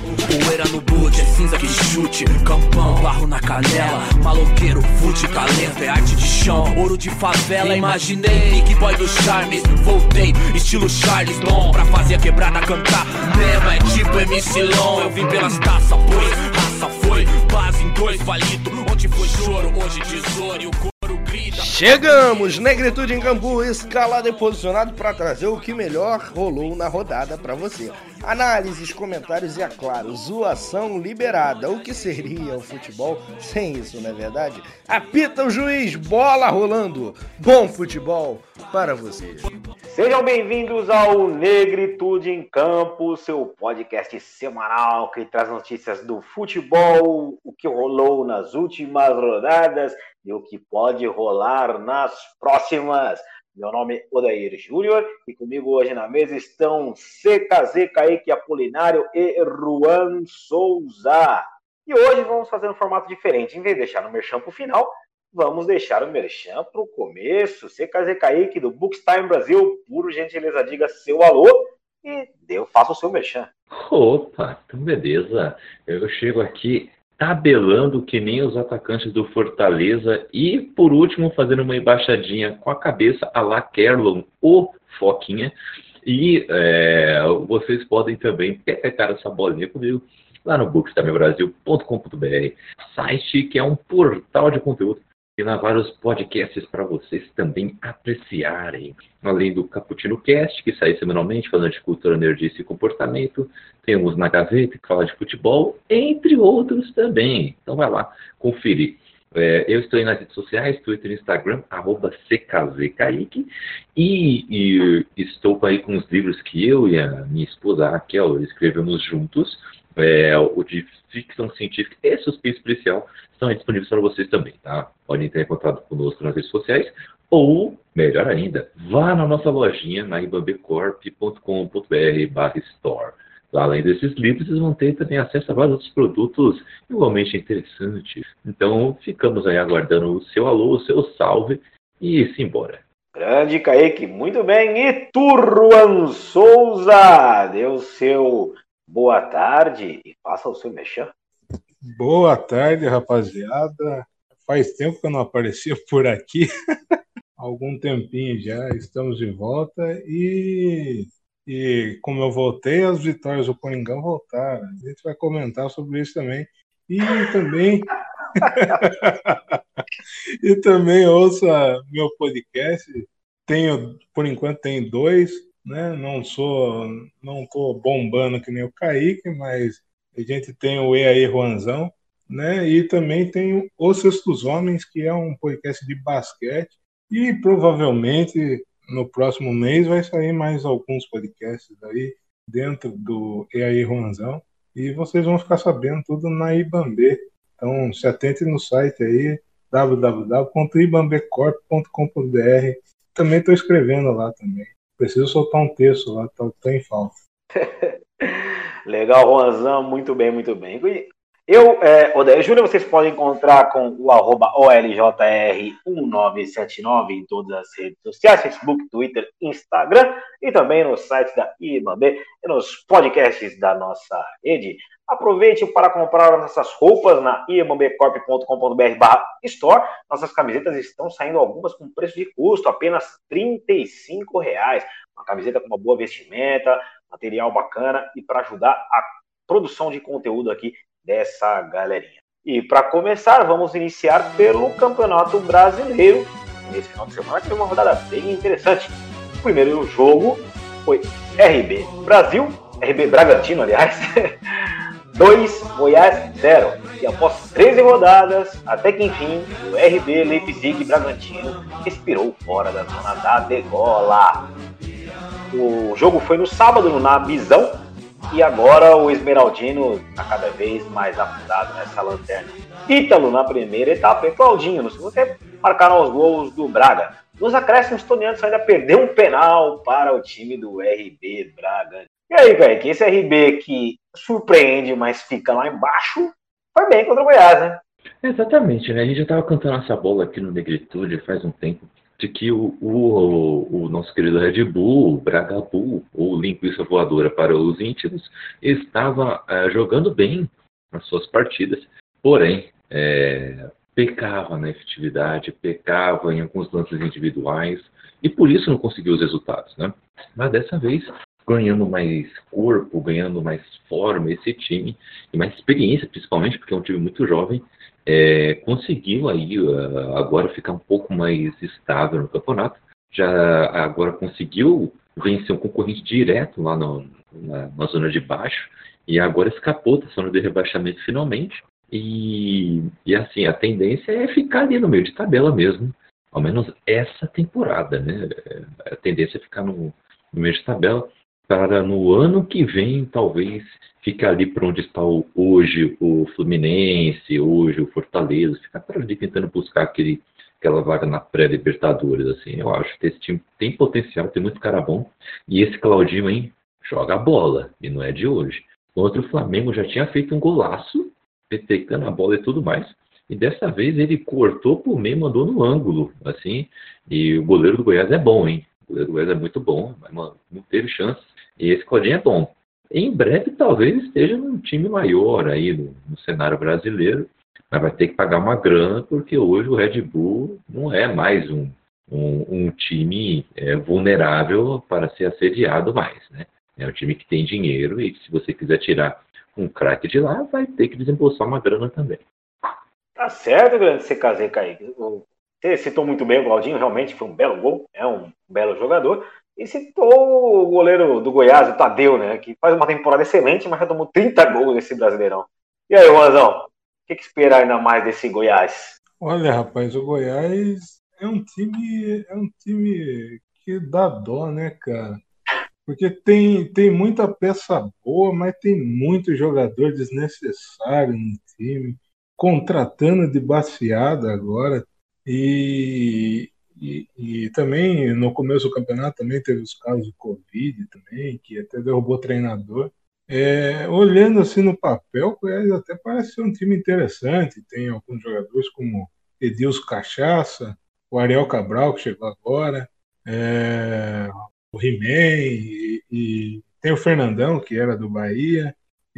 Poeira no boot, é cinza que chute, campão, barro na canela, maloqueiro, fute, talento, é arte de chão, ouro de favela, imaginei, Big Boy do Charmes, voltei, estilo Charles Dom, pra fazer a quebrada cantar, mesmo é tipo MC Long, eu vim pelas taças, pois, raça foi, base em dois, valido, onde foi choro, hoje tesouro e o couro grita. Chegamos, Negritude em Campo, escalado e posicionado para trazer o que melhor rolou na rodada para você. Análises, comentários e, é claro, zoação liberada. O que seria o futebol sem isso, não é verdade? Apita o juiz, bola rolando. Bom futebol para você. Sejam bem-vindos ao Negritude em Campo, seu podcast semanal que traz notícias do futebol, o que rolou nas últimas rodadas e o que pode rolar nas próximas. Meu nome é Odair Júnior e comigo hoje na mesa estão CKZ, Kaique Apolinário e Juan Souza. E hoje vamos fazer um formato diferente. Em vez de deixar no merchan pro final, vamos deixar o merchan pro começo. CKZ Kaique do Bookstime Brasil, por gentileza, diga seu alô e faça o seu merchan. Opa, então beleza. Eu chego aqui tabelando que nem os atacantes do Fortaleza e, por último, fazendo uma embaixadinha com a cabeça à la Kerlon, o Foquinha. E vocês podem também pegar essa bolinha comigo lá no bookstimebrasil.com.br, site que é um portal de conteúdo e lá vários podcasts para vocês também apreciarem. Além do Cappuccino Cast, que sai semanalmente falando de cultura, nerdice e comportamento. Temos Na Gaveta, que fala de futebol, entre outros também. Então vai lá conferir. Eu estou aí nas redes sociais, Twitter e Instagram, @CKZKaique. E estou aí com os livros que eu e a minha esposa Raquel escrevemos juntos. O de ficção científica e suspense policial estão disponíveis para vocês também, tá? Podem entrar em contato conosco nas redes sociais ou, melhor ainda, vá na nossa lojinha na ibambecorp.com.br/store. Lá, além desses livros, vocês vão ter também acesso a vários outros produtos igualmente interessantes. Então, ficamos aí aguardando o seu alô, o seu salve e simbora. Grande Kaique, muito bem. E tu, Juan Souza, deu seu boa tarde e faça o seu merchan. Boa tarde, rapaziada. Faz tempo que eu não aparecia por aqui. Algum tempinho já, estamos de volta. E como eu voltei, as vitórias do Coringão voltaram. A gente vai comentar sobre isso também. E também ouça meu podcast. Por enquanto tem 2, né? Não tô bombando que nem o Kaique, mas a gente tem o E aí Juanzão, né? E também tem o Sextos Homens, que é um podcast de basquete. E provavelmente no próximo mês vai sair mais alguns podcasts aí dentro do E aí Juanzão. E vocês vão ficar sabendo tudo na Ibambe. Então se atente no site aí, www.ibambecorp.com.br. Também estou escrevendo lá também. Preciso soltar um texto lá, tá em falta. Legal, Juanzão, muito bem, muito bem. Eu, Odair Júnior, vocês podem encontrar com o @OLJR1979 em todas as redes sociais, Facebook, Twitter, Instagram e também no site da Ibambe e nos podcasts da nossa rede. Aproveite para comprar nossas roupas na ibambecorp.com.br/store. Nossas camisetas estão saindo algumas com preço de custo, apenas R$35. Uma camiseta com uma boa vestimenta, material bacana e para ajudar a produção de conteúdo aqui dessa galerinha. E para começar, vamos iniciar pelo Campeonato Brasileiro. Nesse final de semana teve uma rodada bem interessante. O primeiro jogo foi RB Bragantino, aliás, 2, Goiás 0. E após 13 rodadas, até que enfim, o RB Leipzig Bragantino expirou fora da zona da degola. O jogo foi no sábado, no Nabizão, e agora o Esmeraldino está cada vez mais afundado nessa lanterna. Ítalo na primeira etapa e Claudinho no segundo tempo marcaram os gols do Braga. Nos acréscimos, Tony Anderson ainda perdeu um penal para o time do RB Bragantino. E aí, Kaique, esse RB que surpreende, mas fica lá embaixo, foi bem contra o Goiás, né? Exatamente, né? A gente já estava cantando essa bola aqui no Negritude faz um tempo. de que o nosso querido Red Bull, o Braga Bull, ou linguiça voadora para os íntimos, estava jogando bem nas suas partidas, porém pecava na efetividade, pecava em alguns lances individuais, e por isso não conseguiu os resultados, né? Mas dessa vez, ganhando mais corpo, ganhando mais forma esse time, e mais experiência, principalmente, porque é um time muito jovem, conseguiu aí agora ficar um pouco mais estável no campeonato, já agora conseguiu vencer um concorrente direto lá na zona de baixo, e agora escapou da zona de rebaixamento finalmente, e assim, a tendência é ficar ali no meio de tabela mesmo, ao menos essa temporada, né? A tendência é ficar no meio de tabela, para no ano que vem, talvez, ficar ali por onde está hoje o Fluminense, hoje o Fortaleza, ficar por ali tentando buscar aquela vaga na pré-Libertadores, assim. Eu acho que esse time tem potencial, tem muito cara bom, e esse Claudinho, hein, joga a bola, e não é de hoje. Contra o Flamengo já tinha feito um golaço, petecando a bola e tudo mais, e dessa vez ele cortou por meio, mandou no ângulo, assim, e o goleiro do Goiás é bom, hein? O goleiro do Goiás é muito bom, mas mano, não teve chance. E esse Claudinho é bom. Em breve, talvez esteja num time maior aí no cenário brasileiro, mas vai ter que pagar uma grana, porque hoje o Red Bull não é mais um time vulnerável para ser assediado mais, né? É um time que tem dinheiro e se você quiser tirar um craque de lá, vai ter que desembolsar uma grana também. Tá certo, grande CKZ, Kaique. Você citou muito bem o Claudinho, realmente foi um belo gol, é um belo jogador. E citou o goleiro do Goiás, o Tadeu, né? Que faz uma temporada excelente, mas já tomou 30 gols nesse Brasileirão. E aí, Juanzão, o que esperar ainda mais desse Goiás? Olha, rapaz, o Goiás é um time que dá dó, né, cara? Porque tem muita peça boa, mas tem muito jogador desnecessário no time, contratando de baseada agora. E também, no começo do campeonato, também teve os casos de Covid também, que até derrubou o treinador. Olhando assim no papel, o Goiás até parece ser um time interessante. Tem alguns jogadores como Edilson Cachaça, o Ariel Cabral, que chegou agora, o He-Man, e tem o Fernandão, que era do Bahia,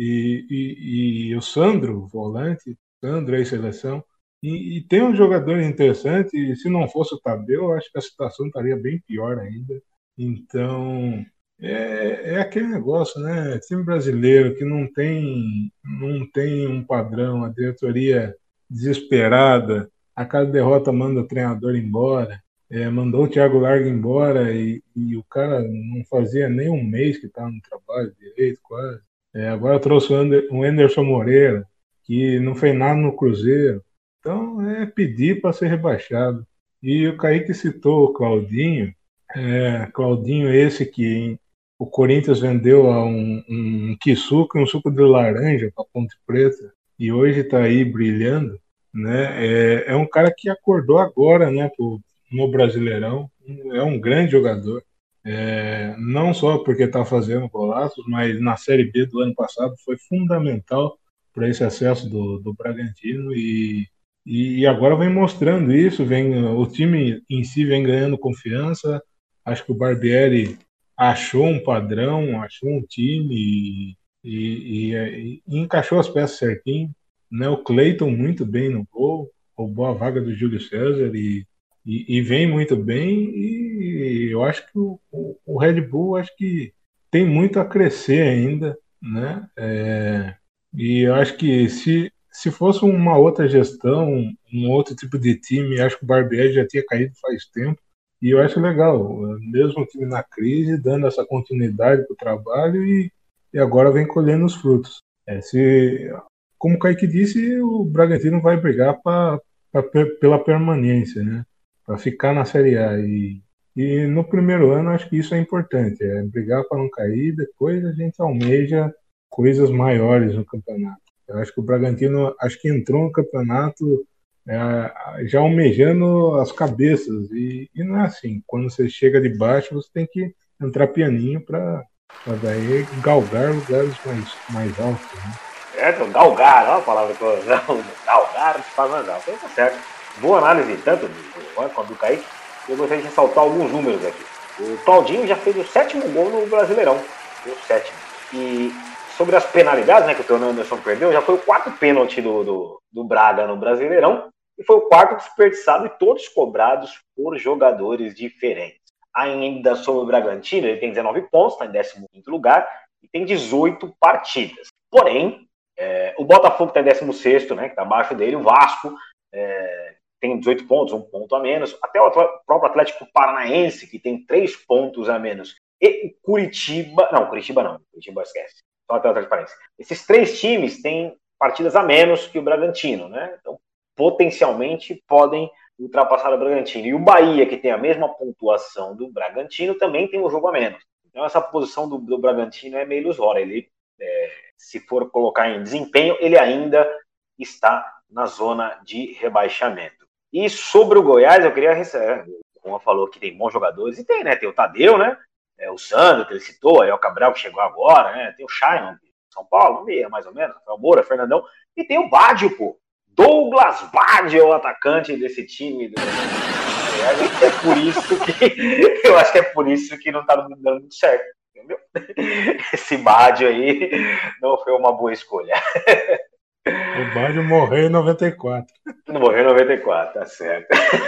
e o Sandro, volante, Sandro, ex-seleção. E tem um jogador interessante, e se não fosse o Tadeu, eu acho que a situação estaria bem pior ainda. Então, é aquele negócio, né? Time brasileiro que não tem um padrão, a diretoria desesperada, a cada derrota manda o treinador embora, mandou o Thiago Largue embora e o cara não fazia nem um mês que estava no trabalho direito, quase. Agora trouxe o Anderson Moreira, que não fez nada no Cruzeiro. Então, pedir para ser rebaixado. E o Kaique citou o Claudinho. Claudinho esse que o Corinthians vendeu a um Kisuko e um suco de laranja para Ponte Preta. E hoje está aí brilhando. Né? É um cara que acordou agora, né, no Brasileirão. É um grande jogador. Não só porque está fazendo golaços, mas na Série B do ano passado foi fundamental para esse acesso do Bragantino e agora vem mostrando isso, o time em si vem ganhando confiança. Acho que o Barbieri achou um padrão, achou um time e encaixou as peças certinho, né? O Cleiton muito bem no gol, roubou a vaga do Júlio César e vem muito bem, e eu acho que o Red Bull acho que tem muito a crescer ainda, né? E eu acho que se fosse uma outra gestão, um outro tipo de time, acho que o Barbieri já tinha caído faz tempo. E eu acho legal, mesmo o time na crise, dando essa continuidade para o trabalho e agora vem colhendo os frutos. Como o Kaique disse, o Bragantino vai brigar pela permanência, né? Para ficar na Série A. E no primeiro ano, acho que isso é importante, brigar para não cair, depois a gente almeja coisas maiores no campeonato. Eu acho que o Bragantino entrou no campeonato já almejando as cabeças, e não é assim. Quando você chega de baixo, você tem que entrar pianinho para daí galgar lugares mais altos, né? Galgar, olha a palavra que eu uso. Galgar de forma mais alta. Tá certo. Boa análise, tanto do Kaique. eu gostaria de ressaltar alguns números aqui. O Claudinho já fez o 7º gol no Brasileirão. Foi o 7º. E sobre as penalidades, né, que o Teodoro Anderson perdeu, já foi o 4º pênalti do Braga no Brasileirão. E foi o 4º desperdiçado e todos cobrados por jogadores diferentes. Ainda sobre o Bragantino, ele tem 19 pontos, está em 15º lugar e tem 18 partidas. Porém, o Botafogo está em 16º, né, que está abaixo dele. O Vasco tem 18 pontos, 1 ponto a menos. Até o próprio Atlético Paranaense, que tem 3 pontos a menos. E o Curitiba... Não, Curitiba esquece. Só até o Atlético Paranaense. Esses 3 times têm partidas a menos que o Bragantino, né? Então, potencialmente, podem ultrapassar o Bragantino. E o Bahia, que tem a mesma pontuação do Bragantino, também tem um jogo a menos. Então, essa posição do Bragantino é meio ilusória. Ele, se for colocar em desempenho, ele ainda está na zona de rebaixamento. E sobre o Goiás, eu queria... O Juan falou que tem bons jogadores. E tem, né? Tem o Tadeu, né? O Sandro, que ele citou. Aí o Cabral, que chegou agora, né? Tem o Chayman, São Paulo, meia, mais ou menos. O Moura, Fernandão. E tem o Bádio, pô. Douglas Bádio é o atacante desse time. É por isso que... Eu acho que é por isso que não tá dando muito certo. Entendeu? Esse Bádio aí não foi uma boa escolha. O Bádio morreu em 94. Não morreu em 94, tá certo.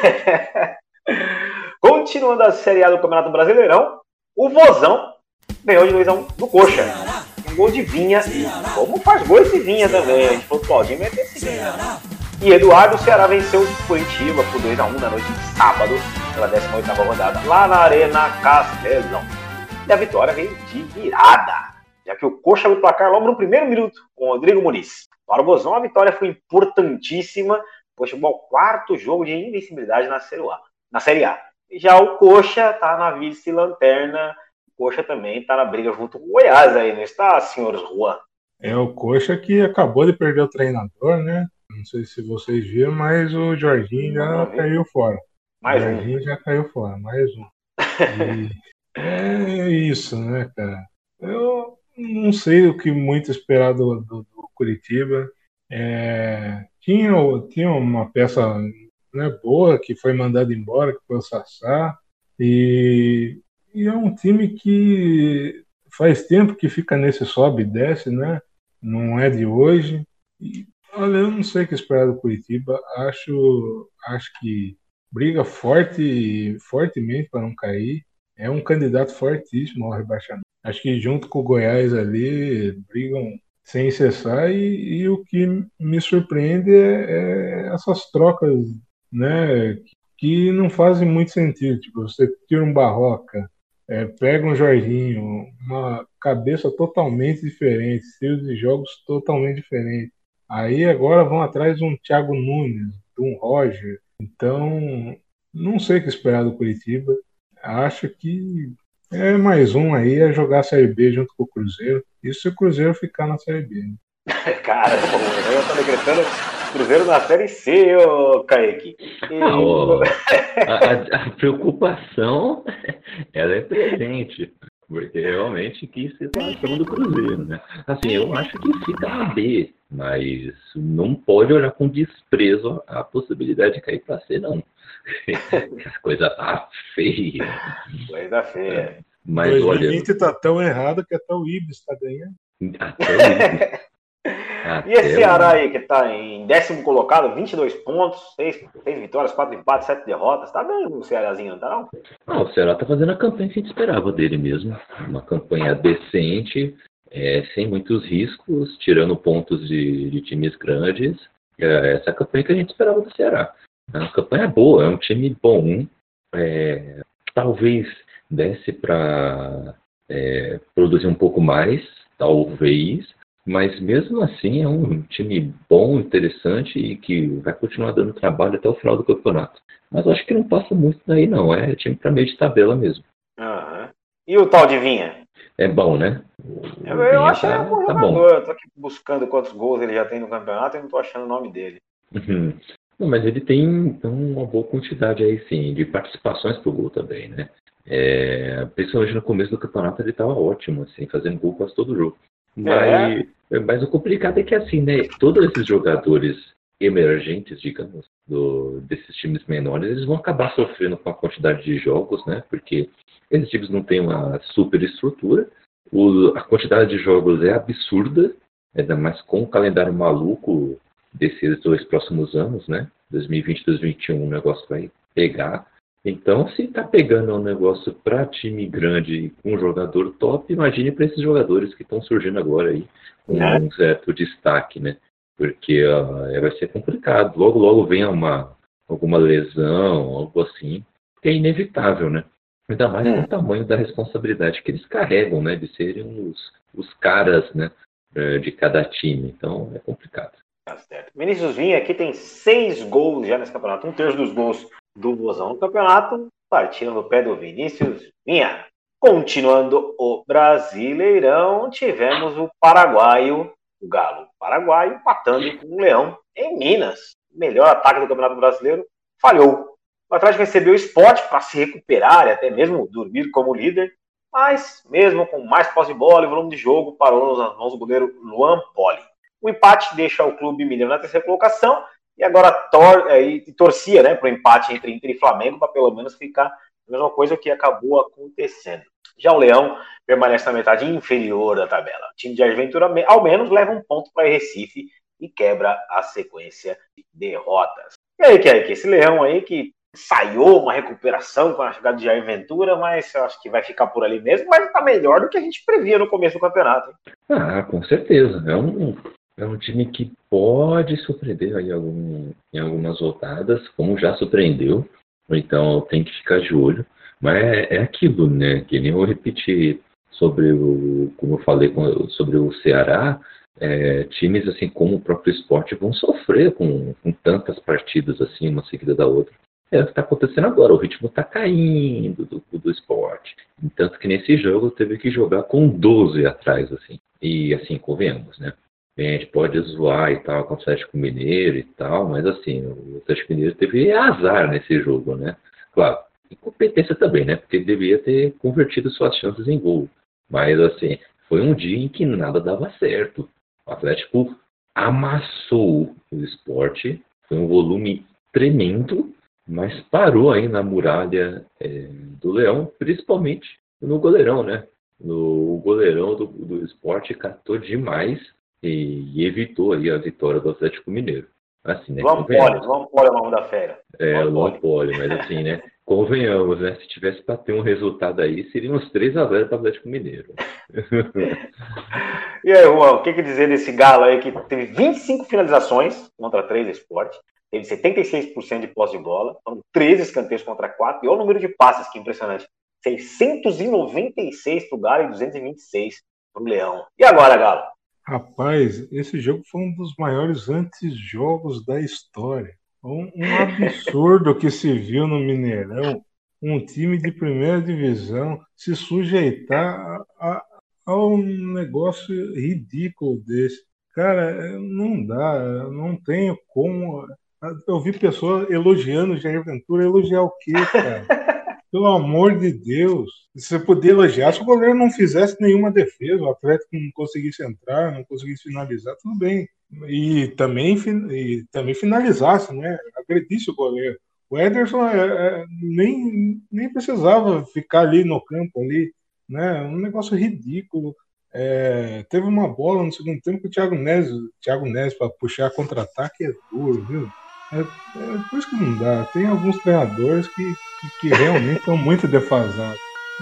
Continuando a Série A do Campeonato Brasileirão, o Vozão ganhou de 2-1 do Coxa. Um gol de Vinha. Como faz gol esse Vinha também? A gente falou que o Claudinho meter esse Vinha. E Eduardo, o Ceará venceu o Curitiba por 2-1 na noite de sábado, pela 18ª rodada, lá na Arena Castelão. E a vitória veio de virada, já que o Coxa abriu o placar logo no primeiro minuto, com o Rodrigo Muniz. Para o Vozão, a vitória foi importantíssima, pois chegou ao 4º jogo de invencibilidade na Série A. E já o Coxa está na vice-lanterna, o Coxa também está na briga junto com o Goiás aí, não está, senhores Juan? É o Coxa que acabou de perder o treinador, né? Não sei se vocês viram, mas o Jorginho já caiu fora. Mais um. O Jorginho já caiu fora, mais um. E é isso, né, cara? Eu não sei o que muito esperar do Curitiba. Tinha uma peça, né, boa que foi mandada embora, que foi o Sassá. E é um time que faz tempo que fica nesse sobe e desce, né? Não é de hoje. E, olha, eu não sei o que esperar do Curitiba. Acho que briga fortemente para não cair. É um candidato fortíssimo ao rebaixamento. Acho que junto com o Goiás ali brigam sem cessar. E o que me surpreende é essas trocas, né, que não fazem muito sentido. Tipo, você tira um Barroca, pega um Jorginho, uma cabeça totalmente diferente, estilo de jogos totalmente diferente. Aí agora vão atrás de um Thiago Nunes, de um Roger. Então, não sei o que esperar do Curitiba. Acho que é mais um aí a jogar a Série B junto com o Cruzeiro. Isso se o Cruzeiro ficar na Série B. Né? Cara, eu tô decretando Cruzeiro na Série C, ô Kaique. A preocupação, ela é presente. Porque realmente quis situação do Cruzeiro, né? Assim, eu acho que fica na B, mas não pode olhar com desprezo a possibilidade de cair para C, não. A coisa tá feia. Coisa feia. Mas 2020 tá tão errado que até o Ibis tá ganhando. Até o Ibis. E esse Ceará aí, que tá em 10º colocado, 22 pontos, 6 vitórias, 4 empates, 7 derrotas. Tá bem o Cearazinho, não tá não? Não, o Ceará tá fazendo a campanha que a gente esperava dele mesmo. Uma campanha decente, sem muitos riscos, tirando pontos de times grandes. Essa campanha que a gente esperava do Ceará. É uma campanha boa, é um time bom. Talvez desse para produzir um pouco mais, talvez. Mas mesmo assim é um time bom, interessante e que vai continuar dando trabalho até o final do campeonato. Mas acho que não passa muito daí não, é time para meio de tabela mesmo. Uhum. E o tal de Vinha? É bom, né? Eu acho que é um bom jogador. Bom. Eu tô aqui buscando quantos gols ele já tem no campeonato e não tô achando o nome dele. Uhum. Não, mas ele tem então, uma boa quantidade aí sim, de participações pro gol também, né? Principalmente no começo do campeonato ele estava ótimo, assim, fazendo gol quase todo jogo. Mas o complicado é que assim, né? Todos esses jogadores emergentes, digamos, desses times menores, eles vão acabar sofrendo com a quantidade de jogos, né? Porque esses times não têm uma super estrutura, a quantidade de jogos é absurda, ainda mais com o calendário maluco desses 2 próximos anos, né? 2020 e 2021 o negócio vai pegar. Então, se tá pegando um negócio para time grande com um jogador top, imagine para esses jogadores que estão surgindo agora aí com um certo destaque, né? Porque vai ser complicado. Logo, logo vem alguma lesão, algo assim, que é inevitável, né? Ainda mais com o tamanho da responsabilidade que eles carregam, né? De serem os caras, né? De cada time. Então, é complicado. Tá certo. Vinícius Vinha aqui tem 6 gols já nesse campeonato. 1/3 dos gols do Vozão no campeonato partindo no pé do Vinícius Vinha. Continuando o Brasileirão, tivemos o paraguaio, o Galo paraguaio, empatando com o Leão em Minas. O melhor ataque do Campeonato Brasileiro falhou. O Atlético recebeu o Sport para se recuperar e até mesmo dormir como líder, mas mesmo com mais posse de bola e volume de jogo, parou nas mãos do goleiro Luan Poli. O empate deixa o clube mineiro na 3ª colocação e agora torcia, né, para o empate entre Inter e Flamengo para pelo menos ficar a mesma coisa que acabou acontecendo. Já o Leão permanece na metade inferior da tabela. O time de Aventura ao menos leva um ponto para Recife e quebra a sequência de derrotas. E aí, Kaique, esse Leão aí que ensaiou uma recuperação com a chegada de Jair Ventura, mas eu acho que vai ficar por ali mesmo, mas está melhor do que a gente previa no começo do campeonato. Hein? Com certeza. É um time que pode surpreender aí em algumas rodadas, como já surpreendeu. Então tem que ficar de olho. Mas é aquilo, né? Que nem eu repeti como eu falei sobre o Ceará, times assim como o próprio Sport vão sofrer com tantas partidas assim, uma seguida da outra. É o que está acontecendo agora, o ritmo está caindo do Sport. Tanto que nesse jogo teve que jogar com 12 atrás, assim. E assim, convenhamos, né? A gente pode zoar e tal com o Atlético Mineiro e tal, mas assim, o Atlético Mineiro teve azar nesse jogo, né? Claro, incompetência também, né? Porque ele devia ter convertido suas chances em gol. Mas assim, foi um dia em que nada dava certo. O Atlético amassou o Sport, foi um volume tremendo, mas parou aí na muralha do Leão, principalmente no goleirão, né? O goleirão do Sport catou demais e evitou aí a vitória do Atlético Mineiro. Assim, né? Luan Poli é o nome da fera. O Luan Poli, mas assim, né? Convenhamos, né? Se tivesse para ter um resultado aí, seriam uns 3-0 para o Atlético Mineiro. E aí, Juan, o que dizer desse Galo aí que teve 25 finalizações contra 3 Sport, teve 76% de posse de bola, foram 13 escanteios contra 4, e olha o número de passes, que impressionante. 696 para o Galo e 226 para o Leão. E agora, Galo? Rapaz, esse jogo foi um dos maiores antijogos da história. Um absurdo que se viu no Mineirão, um time de primeira divisão se sujeitar a um negócio ridículo desse. Cara, não dá, não tenho como. Eu vi pessoas elogiando o Jair Ventura, elogiar o quê, cara? Pelo amor de Deus. Você podia elogiar se o goleiro não fizesse nenhuma defesa, o Atlético não conseguisse entrar, não conseguisse finalizar, tudo bem. E também finalizasse, né? Agredisse o goleiro. O Ederson nem precisava ficar ali no campo, ali, né? Um negócio ridículo. Teve uma bola no segundo tempo que o Thiago Neves para puxar contra-ataque é duro, viu? Por isso que não dá. Tem alguns treinadores que realmente estão muito defasados.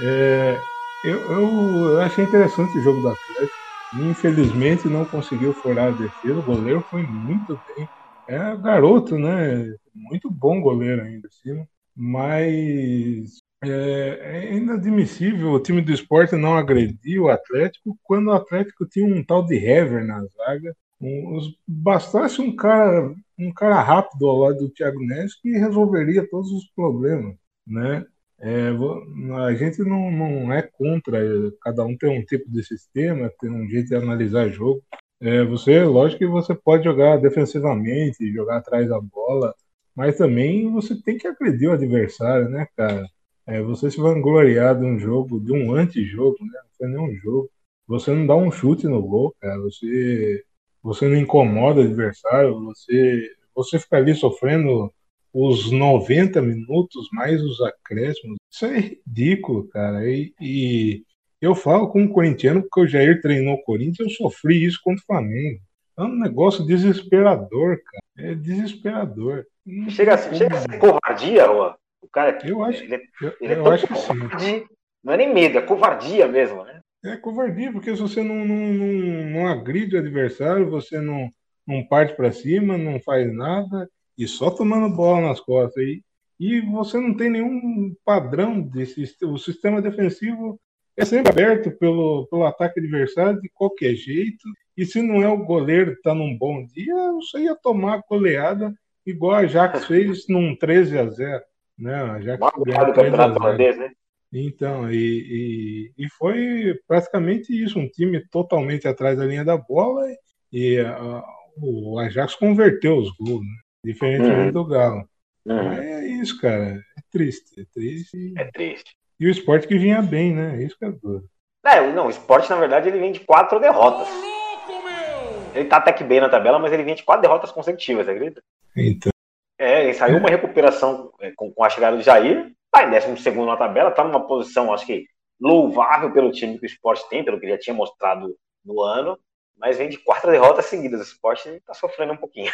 Eu achei interessante o jogo do Atlético. Infelizmente não conseguiu furar a defesa. O goleiro foi muito bem. É garoto, né? Muito bom goleiro ainda assim. Mas é inadmissível o time do Sport não agredir o Atlético quando o Atlético tinha um tal de Hever na zaga. Bastasse um cara rápido ao lado do Thiago Neves que resolveria todos os problemas, né? A gente não é contra, cada um tem um tipo de sistema, tem um jeito de analisar jogo. Lógico que você pode jogar defensivamente, jogar atrás da bola, mas também você tem que agredir o adversário, né, cara? Você se vangloriar de um jogo, de um antijogo, né? Não foi nenhum jogo. Você não dá um chute no gol, cara. Você não incomoda o adversário, você ficar ali sofrendo os 90 minutos mais os acréscimos, isso é ridículo, cara. E eu falo como corintiano, porque o Jair treinou o Corinthians, eu sofri isso contra o Flamengo. É um negócio desesperador, cara. É desesperador. Chega a ser covardia, Juan. O cara, eu acho, ele é eu tão acho que sim. covarde, não é nem medo, é covardia mesmo, né? É covardia, porque se você não agride o adversário, você não parte para cima, não faz nada, e só tomando bola nas costas. E você não tem nenhum padrão o sistema defensivo é sempre aberto pelo ataque adversário de qualquer jeito, e se não é o goleiro que está num bom dia, você ia tomar a goleada igual a Ajax fez num 13-0, né? A Ajax ganhou do campeonato holandês, né? Então, e foi praticamente isso, um time totalmente atrás da linha da bola, e o Ajax converteu os gols, né? Diferentemente do Galo. Mas é isso, cara, é triste. É triste. E o Sport que vinha bem, né? Isso que é duro. Não, o Sport, na verdade, ele vem de 4 derrotas. Ele tá até que bem na tabela, mas ele vem de 4 derrotas consecutivas, acredita? Então. Ele saiu uma recuperação com a chegada do Jair, tá em 12º na tabela, tá numa posição, acho que, louvável pelo time que o Sport tem, pelo que ele já tinha mostrado no ano, mas vem de 4 derrotas seguidas. O Sport tá sofrendo um pouquinho.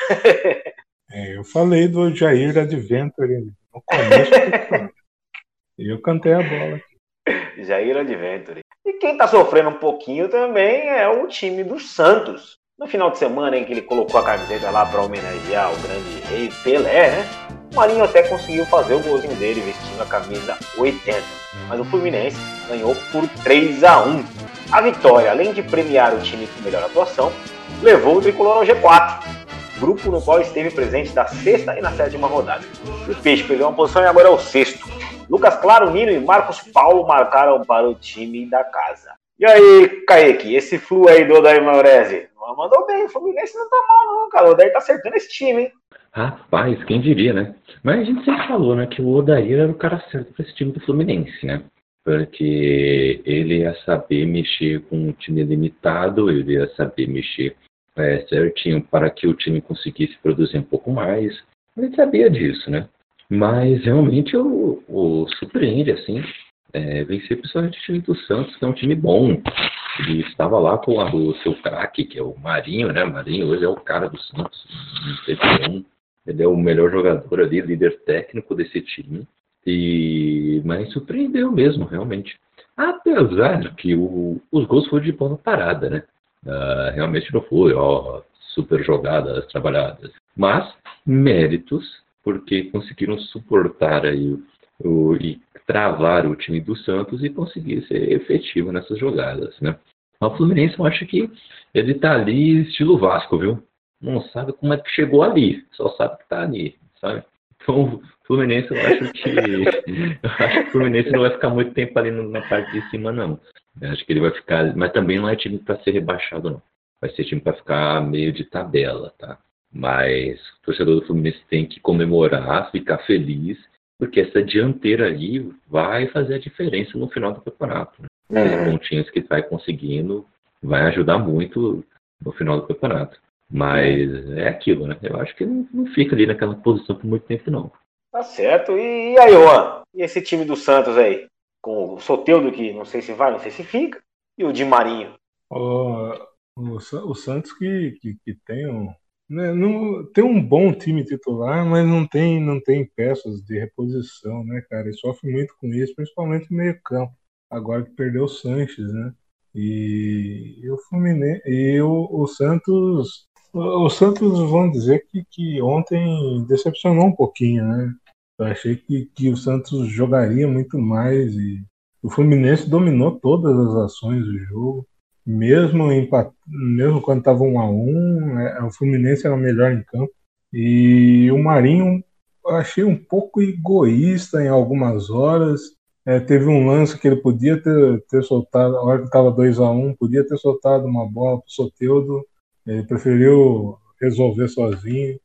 Eu falei do Jair Adventure no começo, e eu cantei a bola aqui. Jair Adventure. E quem tá sofrendo um pouquinho também é o time do Santos. No final de semana em que ele colocou a camiseta lá para homenagear o grande rei Pelé, né? O Marinho até conseguiu fazer o golzinho dele vestindo a camisa 80. Mas o Fluminense ganhou por 3-1. A vitória, além de premiar o time com melhor atuação, levou o tricolor ao G4, grupo no qual esteve presente da 6ª e na 7ª rodada. O Peixe perdeu uma posição e agora é o 6º. Lucas Claro, Nino e Marcos Paulo marcaram para o time da casa. E aí, Kaique, esse Flu aí do Odair Maurese? Mandou bem, o Fluminense não tá mal não, cara. O Odair tá acertando esse time, hein? Rapaz, quem diria, né? Mas a gente sempre falou, né, que o Odair era o cara certo para esse time do Fluminense, né? Porque ele ia saber mexer com um time limitado, ele ia saber mexer certinho para que o time conseguisse produzir um pouco mais. A gente sabia disso, né? Mas realmente o surpreende, assim, vencer principalmente o time do Santos, que é um time bom. Ele estava lá com o seu craque, que é o Marinho, né? Marinho hoje é o cara do Santos, não sei se ele é o melhor jogador ali, líder técnico desse time. Mas surpreendeu mesmo, realmente. Apesar de que os gols foram de bola parada, né? Realmente não foi, super jogadas, trabalhadas. Mas méritos, porque conseguiram suportar aí e travar o time do Santos e conseguir ser efetivo nessas jogadas, né? O Fluminense, eu acho que ele tá ali estilo Vasco, viu? Não sabe como é que chegou ali, só sabe que tá ali, sabe? Então, o Fluminense, eu acho que o Fluminense não vai ficar muito tempo ali na parte de cima, não. Eu acho que ele vai ficar, mas também não é time para ser rebaixado, não. Vai ser time para ficar meio de tabela, tá? Mas o torcedor do Fluminense tem que comemorar, ficar feliz, porque essa dianteira aí vai fazer a diferença no final do campeonato, né? Esses pontinhos que vai conseguindo vai ajudar muito no final do campeonato. Mas é aquilo, né? Eu acho que não fica ali naquela posição por muito tempo, não. Tá certo. E aí, Juan? E esse time do Santos aí? Com o Soteldo, que não sei se vai, não sei se fica, e o Di Marinho. O Santos que tem tem um bom time titular, mas não tem peças de reposição, né, cara? Ele sofre muito com isso, principalmente no meio campo. Agora que perdeu o Sanches, né? E o Fluminense e o Santos. O Santos, vão dizer que ontem decepcionou um pouquinho, né? Eu achei que o Santos jogaria muito mais e o Fluminense dominou todas as ações do jogo. Mesmo quando estava 1-1, o Fluminense era melhor em campo. E o Marinho eu achei um pouco egoísta em algumas horas. Teve um lance que ele podia ter soltado, a hora que estava 2-1, podia ter soltado uma bola para o Soteldo. Ele preferiu resolver sozinho.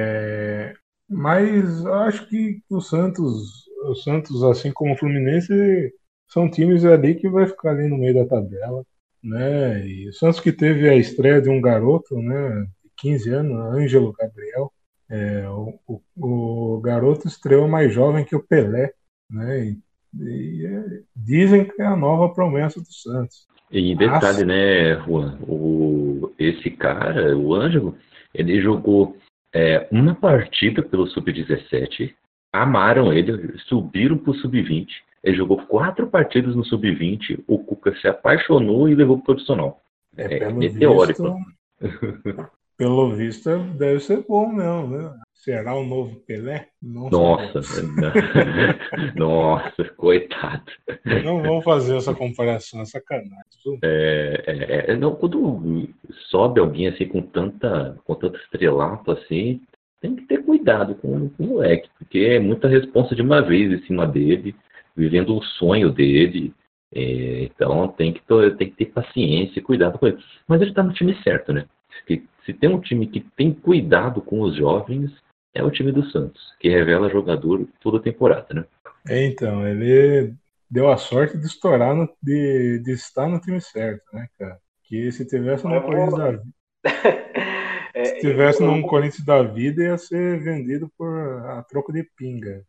Mas acho que o Santos, assim como o Fluminense, são times ali que vai ficar ali no meio da tabela, né? E o Santos que teve a estreia de um garoto, né, de 15 anos, Ângelo Gabriel, O garoto estreou mais jovem que o Pelé, né? Dizem que é a nova promessa do Santos. E detalhe, né, Juan? Esse cara, o Ângelo, ele jogou uma partida pelo Sub-17, amaram ele, subiram pro Sub-20, ele jogou 4 partidas no Sub-20, o Cuca se apaixonou e levou pro profissional. Meteórico. Pelo visto, deve ser bom mesmo, né? Será o novo Pelé? Nossa, nossa, coitado. Não vamos fazer essa comparação, é sacanagem. Não, quando sobe alguém assim com tanta estrelato assim, tem que ter cuidado com o moleque, porque é muita responsa de uma vez em cima dele, vivendo o sonho dele. Então tem que ter paciência e cuidado com ele. Mas ele tá no time certo, né? Se tem um time que tem cuidado com os jovens, é o time do Santos, que revela jogador toda temporada, né? Então, ele deu a sorte de estourar, de estar no time certo, né, cara? Que se tivesse no Corinthians da vida... Se tivesse num Corinthians da vida, ia ser vendido a troco de pinga.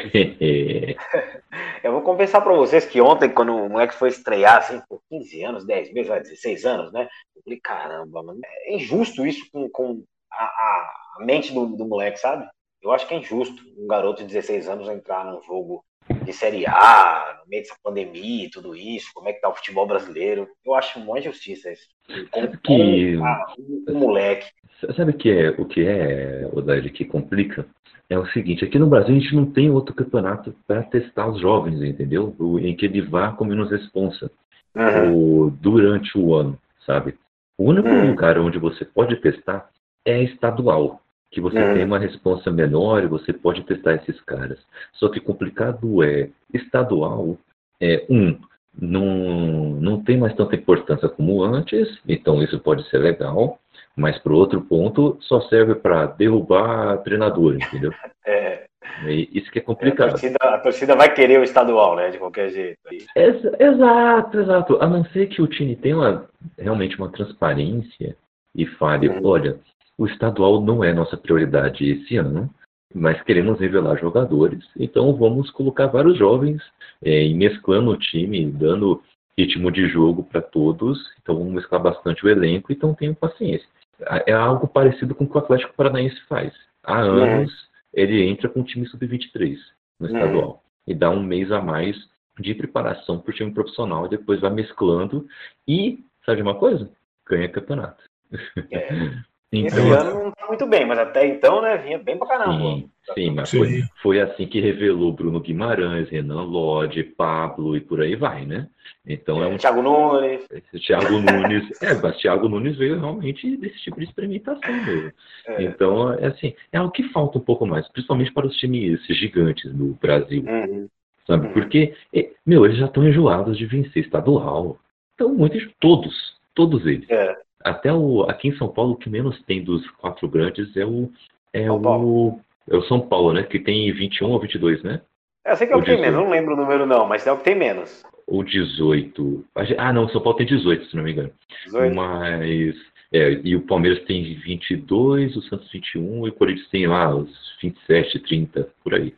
Eu vou confessar pra vocês que ontem, quando o moleque foi estrear, assim, por 15 anos, 10 meses, 16 anos, né? Eu falei, caramba, mano, é injusto isso com a mente do moleque, sabe? Eu acho que é injusto um garoto de 16 anos entrar num jogo de Série A, no meio dessa pandemia e tudo isso, como é que tá o futebol brasileiro. Eu acho uma injustiça isso. Um moleque. Sabe o que é, Odair, que complica? É o seguinte, aqui no Brasil a gente não tem outro campeonato para testar os jovens, entendeu? Em que ele vá com menos responsa durante o ano, sabe? O único lugar onde você pode testar é estadual, que você tem uma responsa menor e você pode testar esses caras. Só que complicado estadual, não tem mais tanta importância como antes, então isso pode ser legal, mas por outro ponto só serve para derrubar treinador, entendeu? Isso que é complicado. A torcida vai querer o estadual, né? De qualquer jeito. Exato. A não ser que o time tenha realmente uma transparência e fale, olha, o estadual não é nossa prioridade esse ano, mas queremos revelar jogadores, então vamos colocar vários jovens mesclando o time, dando ritmo de jogo para todos, então vamos mesclar bastante o elenco, então tenham paciência. É algo parecido com o que o Atlético Paranaense faz. Há anos ele entra com o time sub-23 no estadual e dá um mês a mais de preparação para o time profissional e depois vai mesclando e, sabe uma coisa? Ganha campeonato. Esse ano não tá muito bem, mas até então, né, vinha bem pra caramba. Sim, mas foi assim que revelou Bruno Guimarães, Renan Lodge, Pablo e por aí vai, né? Então Thiago Nunes. Mas Thiago Nunes veio realmente desse tipo de experimentação mesmo. Então, assim, é algo que falta um pouco mais, principalmente para os times gigantes do Brasil. Sabe? Porque, eles já estão enjoados de vencer estadual. Então, todos eles. Até aqui em São Paulo, o que menos tem dos 4 grandes é o São Paulo, né? Que tem 21 ou 22, né? Eu sei que é o que tem menos, não lembro o número não, mas é o que tem menos. Ou 18. Não, o São Paulo tem 18, se não me engano. 18. Mas, e o Palmeiras tem 22, o Santos 21 e o Corinthians tem lá os 27, 30, por aí.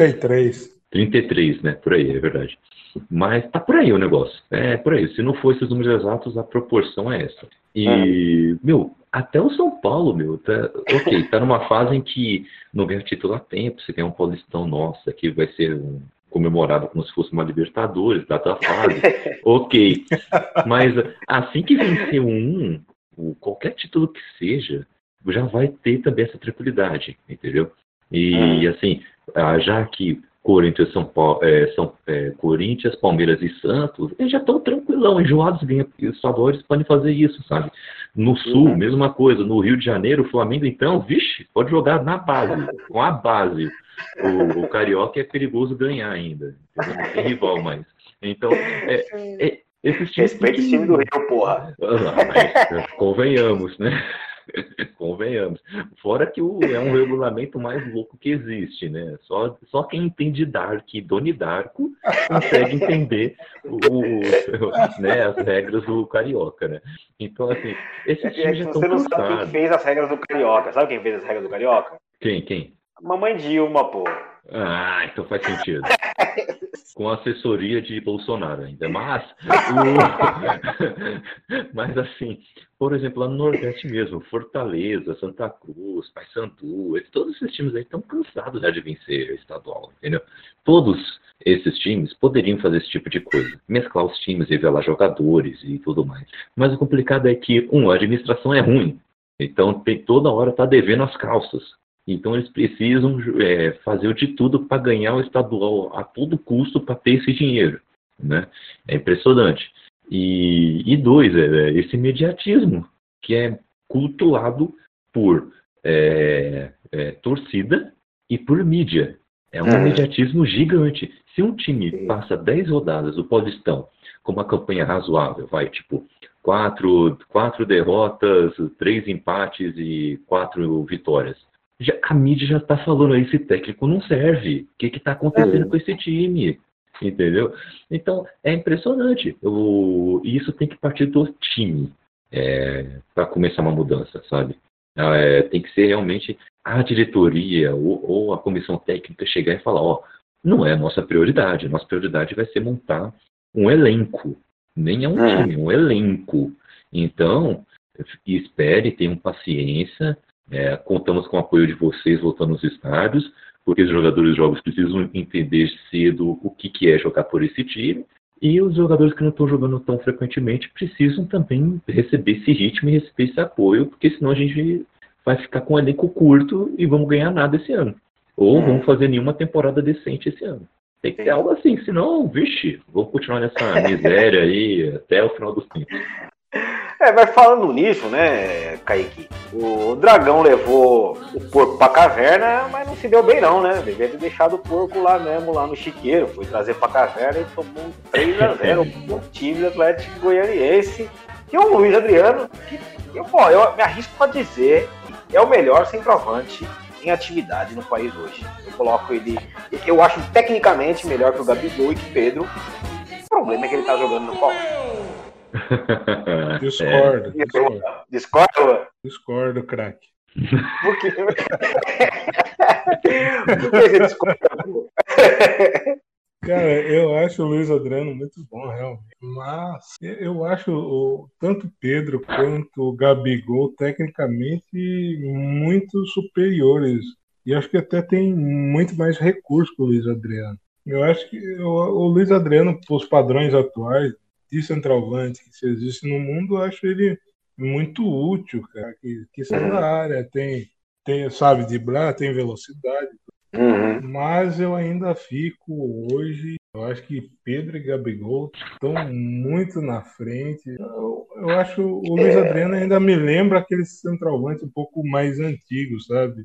33, né? Por aí, é verdade. Mas tá por aí o negócio. É por aí. Se não for esses números exatos, a proporção é essa. E, até o São Paulo, tá numa fase em que não ganha título há tempo. Você ganha um Paulistão, nossa, que vai ser comemorado como se fosse uma Libertadores, data fase. Ok. Mas assim que vencer qualquer título que seja, já vai ter também essa tranquilidade, entendeu? E assim, já que Corinthians, Corinthians, Palmeiras e Santos, eles já estão tranquilão, enjoados, estaduais podem fazer isso, sabe? No Sul, mesma coisa. No Rio de Janeiro, o Flamengo, então, pode jogar na base, com a base. O Carioca é perigoso ganhar ainda, não tem rival mais. Então, esses times... Respeita o time do Rio, porra. Mas, convenhamos, né? Convenhamos. Fora que é um regulamento mais louco que existe, né? Só quem entende Dark e Doni Darko consegue entender as regras do Carioca, né? Então, assim, esses times já estão cansados. Você não sabe quem fez as regras do Carioca. Sabe quem fez as regras do Carioca? Quem? Mamãe Dilma, pô. Ah, então faz sentido. Com assessoria de Bolsonaro ainda. Mas assim, por exemplo, lá no Nordeste mesmo, Fortaleza, Santa Cruz, Paysandu, todos esses times aí estão cansados já de vencer estadual, entendeu? Todos esses times poderiam fazer esse tipo de coisa. Mesclar os times, revelar jogadores e tudo mais. Mas o complicado é que, a administração é ruim. Então, toda hora tá devendo as calças. Então eles precisam fazer de tudo para ganhar o estadual a todo custo para ter esse dinheiro, né? É impressionante. E dois, esse imediatismo que é cultuado por torcida e por mídia. É um imediatismo gigante. Se um time passa 10 rodadas do Paulistão com uma campanha razoável, tipo 4 derrotas, 3 empates e 4 vitórias, a mídia já está falando, esse técnico não serve. O que está acontecendo com esse time? Entendeu? Então, é impressionante. E isso tem que partir do time para começar uma mudança, sabe? Tem que ser realmente a diretoria ou a comissão técnica chegar e falar, não é a nossa prioridade. Nossa prioridade vai ser montar um elenco. Nem é um time, é um elenco. Então, espere, tenham paciência. Contamos com o apoio de vocês voltando nos estádios, porque os jogadores de jogos precisam entender cedo o que é jogar por esse time, e os jogadores que não estão jogando tão frequentemente precisam também receber esse ritmo e receber esse apoio, porque senão a gente vai ficar com um elenco curto e vamos ganhar nada esse ano. Ou vamos fazer nenhuma temporada decente esse ano. Tem que ter algo assim, senão, vixe, vamos continuar nessa miséria aí até o final dos tempos. Mas falando nisso, né, Kaique? O Dragão levou o porco pra caverna, mas não se deu bem não, né? Devia ter deixado o porco lá mesmo, lá no chiqueiro. Foi trazer pra caverna e tomou um 3-0 o time do Atlético Goianiense. E o Luiz Adriano, que eu me arrisco a dizer, é o melhor centroavante em atividade no país hoje. Eu coloco ele, eu acho tecnicamente melhor que o Gabigol e que o Pedro. O problema é que ele tá jogando no Palmeiras. Discordo, craque. Por quê? Por que você discorda? Cara, eu acho o Luiz Adriano muito bom, realmente. Mas eu acho tanto Pedro quanto o Gabigol tecnicamente muito superiores. E acho que até tem muito mais recurso que o Luiz Adriano. Eu acho que o Luiz Adriano, para os padrões atuais de centroavante que se existe no mundo, eu acho ele muito útil, cara, que sai da área, sabe driblar, tem velocidade. Mas eu ainda fico hoje, eu acho que Pedro e Gabigol estão muito na frente. Eu acho o Luiz Adriano ainda me lembra aquele centroavante um pouco mais antigo, sabe?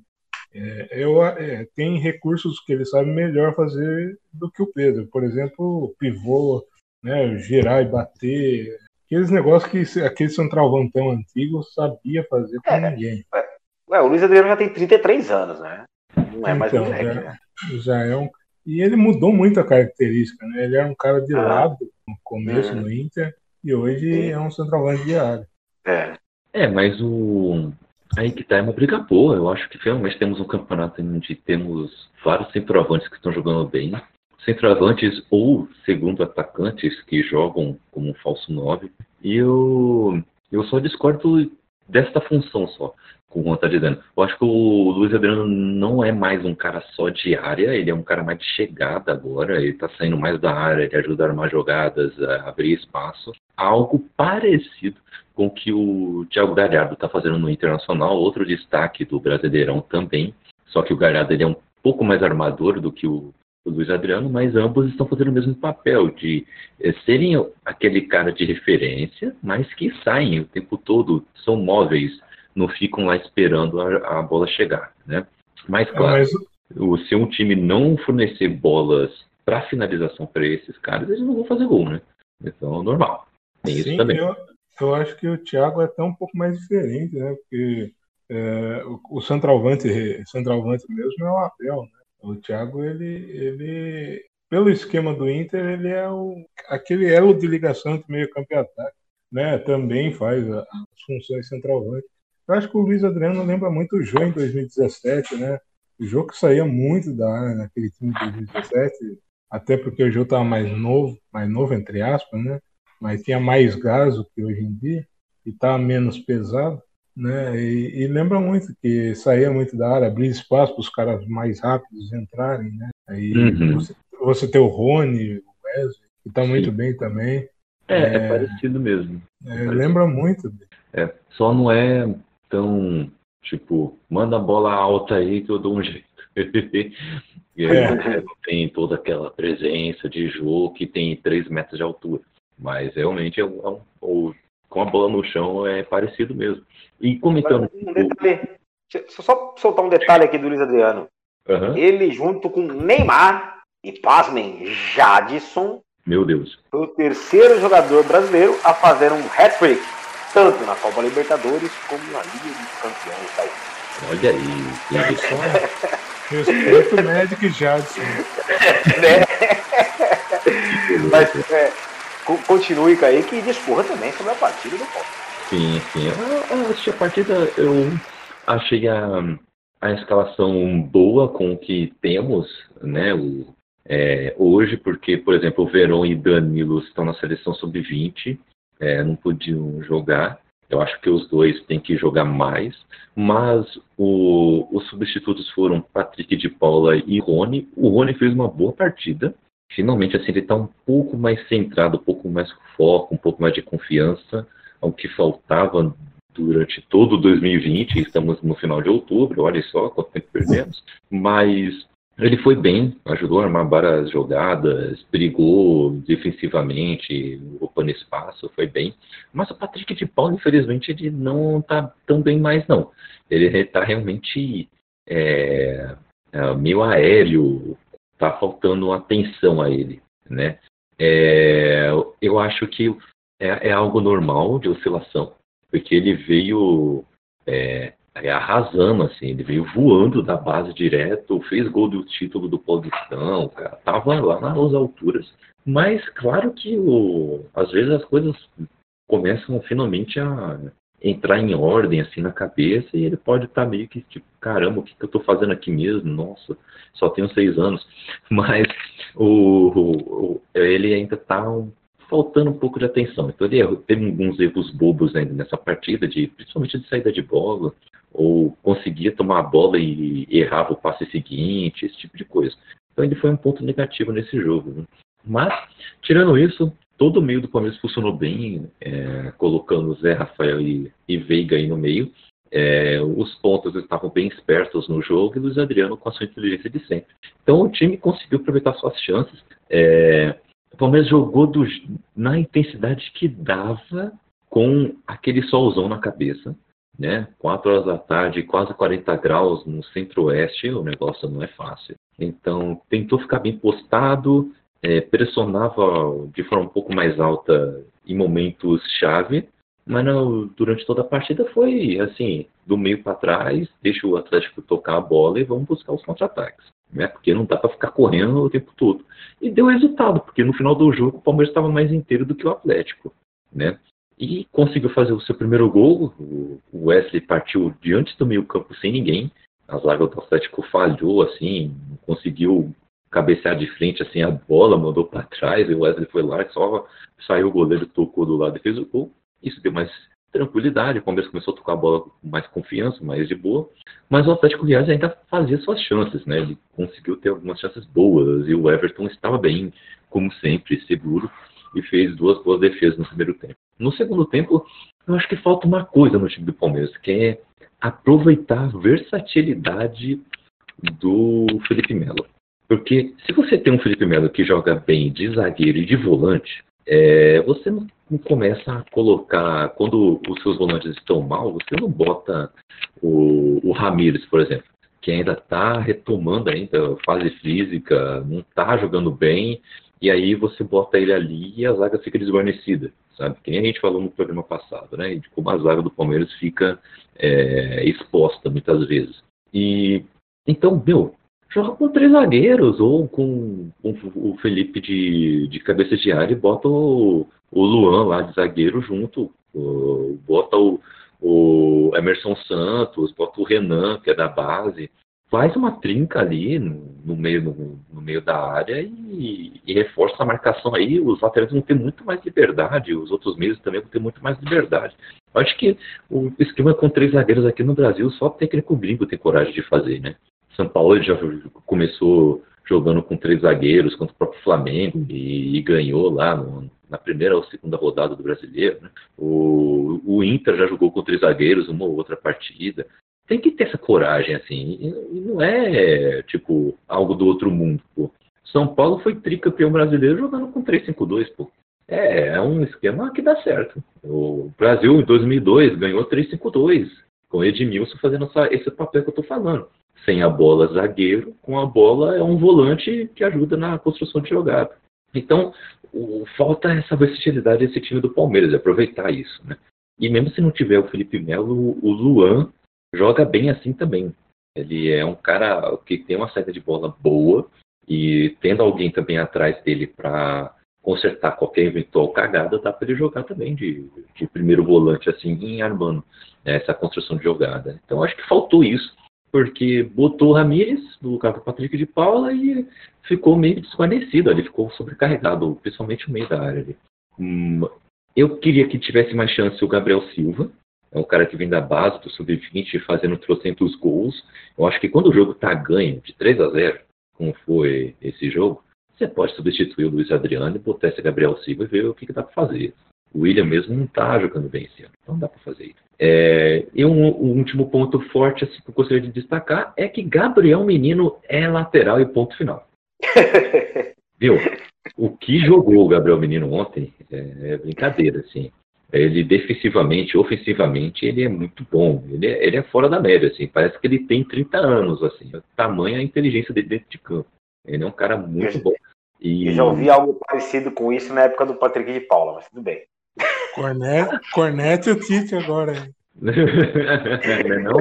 Tem recursos que ele sabe melhor fazer do que o Pedro. Por exemplo, o pivô, né, girar e bater, aqueles negócios que aquele centroavantão antigo sabia fazer com ninguém. O Luiz Adriano já tem 33 anos, né? Não é mais um moleque, né? Já é e ele mudou muito a característica, né? Ele era um cara de lado no começo no Inter e hoje é um centroavante de área. Mas aí que tá, é uma briga boa. Eu acho que finalmente temos um campeonato onde temos vários centroavantes que estão jogando bem. Centroavantes ou segundo atacantes que jogam como um falso 9. E eu só discordo desta função só, com vontade de dano. Eu acho que o Luiz Adriano não é mais um cara só de área, ele é um cara mais de chegada agora, ele tá saindo mais da área, de ajudar a armar jogadas, a abrir espaço. Algo parecido com o que o Thiago Galhardo tá fazendo no Internacional, outro destaque do Brasileirão também, só que o Galhardo ele é um pouco mais armador do que o Luiz Adriano, mas ambos estão fazendo o mesmo papel de serem aquele cara de referência, mas que saem o tempo todo, são móveis, não ficam lá esperando a bola chegar, né? Mas claro, se um time não fornecer bolas para finalização para esses caras, eles não vão fazer gol, né? Então, normal. Tem isso também. Eu acho que o Thiago é até um pouco mais diferente, né? Porque o centroavante mesmo é o Abel, né? O Thiago, ele pelo esquema do Inter, ele é aquele elo de ligação entre meio campo e ataque, né? Também faz as funções centroavante. Eu acho que o Luiz Adriano lembra muito o Jô em 2017, né? O Jô que saía muito da área naquele time de 2017, até porque o Jô estava mais novo entre aspas, né? Mas tinha mais gás do que hoje em dia e estava menos pesado, né? E lembra muito que saía muito da área, abria espaço para os caras mais rápidos entrarem, né? Aí você tem o Rony, o Wesley, que está muito bem também. É parecido mesmo. Lembra muito. Só não é tão, tipo, manda a bola alta aí que eu dou um jeito. E aí não tem toda aquela presença de jogo que tem 3 metros de altura. Mas realmente com a bola no chão é parecido mesmo. E comentando... Deixa eu só soltar um detalhe aqui do Luiz Adriano. Ele junto com Neymar e, pasmem, Jadson, meu Deus, foi o 3º jogador brasileiro a fazer um hat-trick, tanto na Copa Libertadores como na Liga dos Campeões da UEFA. Olha aí. Respeito Magic Jadson. Mas continue, Kaique, e discorra também sobre a partida do Palmeiras. Sim. Eu assisti a partida, eu achei a escalação boa com o que temos, né, hoje, porque, por exemplo, o Verón e Danilo estão na seleção sub-20, não podiam jogar. Eu acho que os dois têm que jogar mais, mas os substitutos foram Patrick de Paula e Rony. O Rony fez uma boa partida. Finalmente, assim, ele está um pouco mais centrado, um pouco mais foco, um pouco mais de confiança, ao que faltava durante todo 2020. Estamos no final de outubro, olha só quanto tempo perdemos. Mas ele foi bem, ajudou a armar várias jogadas, brigou defensivamente, ocupando espaço, foi bem. Mas o Patrick de Paula, infelizmente, ele não está tão bem mais, não. Ele está realmente meio aéreo, está faltando atenção a ele, né? Eu acho que é algo normal de oscilação, porque ele veio... arrasando, assim, ele veio voando da base direto, fez gol do título do Paulistão, cara, tava lá nas alturas, mas claro que às vezes as coisas começam finalmente a entrar em ordem, assim, na cabeça, e ele pode estar meio que, tipo, caramba, o que eu tô fazendo aqui mesmo? Nossa, só tenho 6 anos, mas ele ainda tá faltando um pouco de atenção. Então ele teve alguns erros bobos ainda nessa partida, principalmente de saída de bola, ou conseguia tomar a bola e errava o passe seguinte, esse tipo de coisa. Então ele foi um ponto negativo nesse jogo, né? Mas, tirando isso, todo o meio do Palmeiras funcionou bem, colocando Zé Rafael e Veiga aí no meio. Os pontos estavam bem espertos no jogo e Luiz Adriano com a sua inteligência de sempre. Então o time conseguiu aproveitar suas chances. O Palmeiras jogou na intensidade que dava, com aquele solzão na cabeça, né? 4 horas da tarde, quase 40 graus no centro-oeste, o negócio não é fácil. Então, tentou ficar bem postado, pressionava de forma um pouco mais alta em momentos-chave, mas durante toda a partida foi assim, do meio para trás, deixa o Atlético tocar a bola e vamos buscar os contra-ataques, né? Porque não dá para ficar correndo o tempo todo. E deu resultado, porque no final do jogo o Palmeiras estava mais inteiro do que o Atlético, né? E conseguiu fazer o seu primeiro gol. O Wesley partiu diante do meio campo sem ninguém. A zaga do Atlético falhou, assim, conseguiu cabecear de frente assim, a bola, mandou para trás, e o Wesley foi lá, só saiu o goleiro, tocou do lado e fez o gol. Isso deu mais tranquilidade, o Palmeiras começou a tocar a bola com mais confiança, mais de boa, mas o Atlético Goiás ainda fazia suas chances, né? Ele conseguiu ter algumas chances boas, e o Everton estava bem, como sempre, seguro, e fez 2 boas defesas no primeiro tempo. No segundo tempo, eu acho que falta uma coisa no time do Palmeiras, que é aproveitar a versatilidade do Felipe Melo. Porque se você tem um Felipe Melo que joga bem de zagueiro e de volante, você não começa a colocar, quando os seus volantes estão mal, você não bota o Ramírez, por exemplo, que ainda está retomando ainda a fase física, não está jogando bem, e aí você bota ele ali e a zaga fica desguarnecida, sabe? Que nem a gente falou no programa passado, né? De como a zaga do Palmeiras fica exposta muitas vezes. E então, joga com 3 zagueiros ou com o Felipe de cabeça de área e bota o Luan lá de zagueiro junto, bota o Emerson Santos, bota o Renan, que é da base, faz uma trinca ali no meio da área e reforça a marcação aí. Os laterais vão ter muito mais liberdade, os outros meios também vão ter muito mais liberdade. Eu acho que o esquema com 3 zagueiros aqui no Brasil só o técnico gringo tem coragem de fazer, né? São Paulo já começou jogando com 3 zagueiros contra o próprio Flamengo e ganhou lá na primeira ou segunda rodada do Brasileiro, né? O Inter já jogou com 3 zagueiros uma ou outra partida. Tem que ter essa coragem, assim, e não é, tipo, algo do outro mundo, pô. São Paulo foi tricampeão brasileiro jogando com 3-5-2, pô. É um esquema que dá certo. O Brasil, em 2002, ganhou 3-5-2, com o Edmilson fazendo esse papel que eu tô falando. Sem a bola, zagueiro, com a bola é um volante que ajuda na construção de jogada. Então, falta essa versatilidade desse time do Palmeiras, aproveitar isso, né? E mesmo se não tiver o Felipe Melo, o Luan joga bem assim também. Ele é um cara que tem uma saída de bola boa e tendo alguém também atrás dele para consertar qualquer eventual cagada, dá para ele jogar também de primeiro volante, assim, armando, né, essa construção de jogada. Então, acho que faltou isso, porque botou o Ramírez no lugar do Patrick de Paula e ficou meio desvanecido, ele ficou sobrecarregado, principalmente no meio da área ali. Eu queria que tivesse mais chance o Gabriel Silva. É um cara que vem da base do Sub-20 fazendo trocentos gols. Eu acho que quando o jogo tá ganho de 3-0, como foi esse jogo, você pode substituir o Luiz Adriano e botar esse Gabriel Silva e ver o que dá para fazer. O William mesmo não tá jogando bem esse ano, então dá para fazer isso. E um último ponto forte assim, que eu gostaria de destacar é que Gabriel Menino é lateral e ponto final. Viu? O que jogou o Gabriel Menino ontem é brincadeira, assim. Ele defensivamente, ofensivamente, ele é muito bom. Ele é fora da média, assim. Parece que ele tem 30 anos, assim. Tamanha inteligência dele dentro de campo. Ele é um cara muito bom. Eu já ouvi algo parecido com isso na época do Patrick de Paula, mas tudo bem. Cornete e o Tite agora. Não?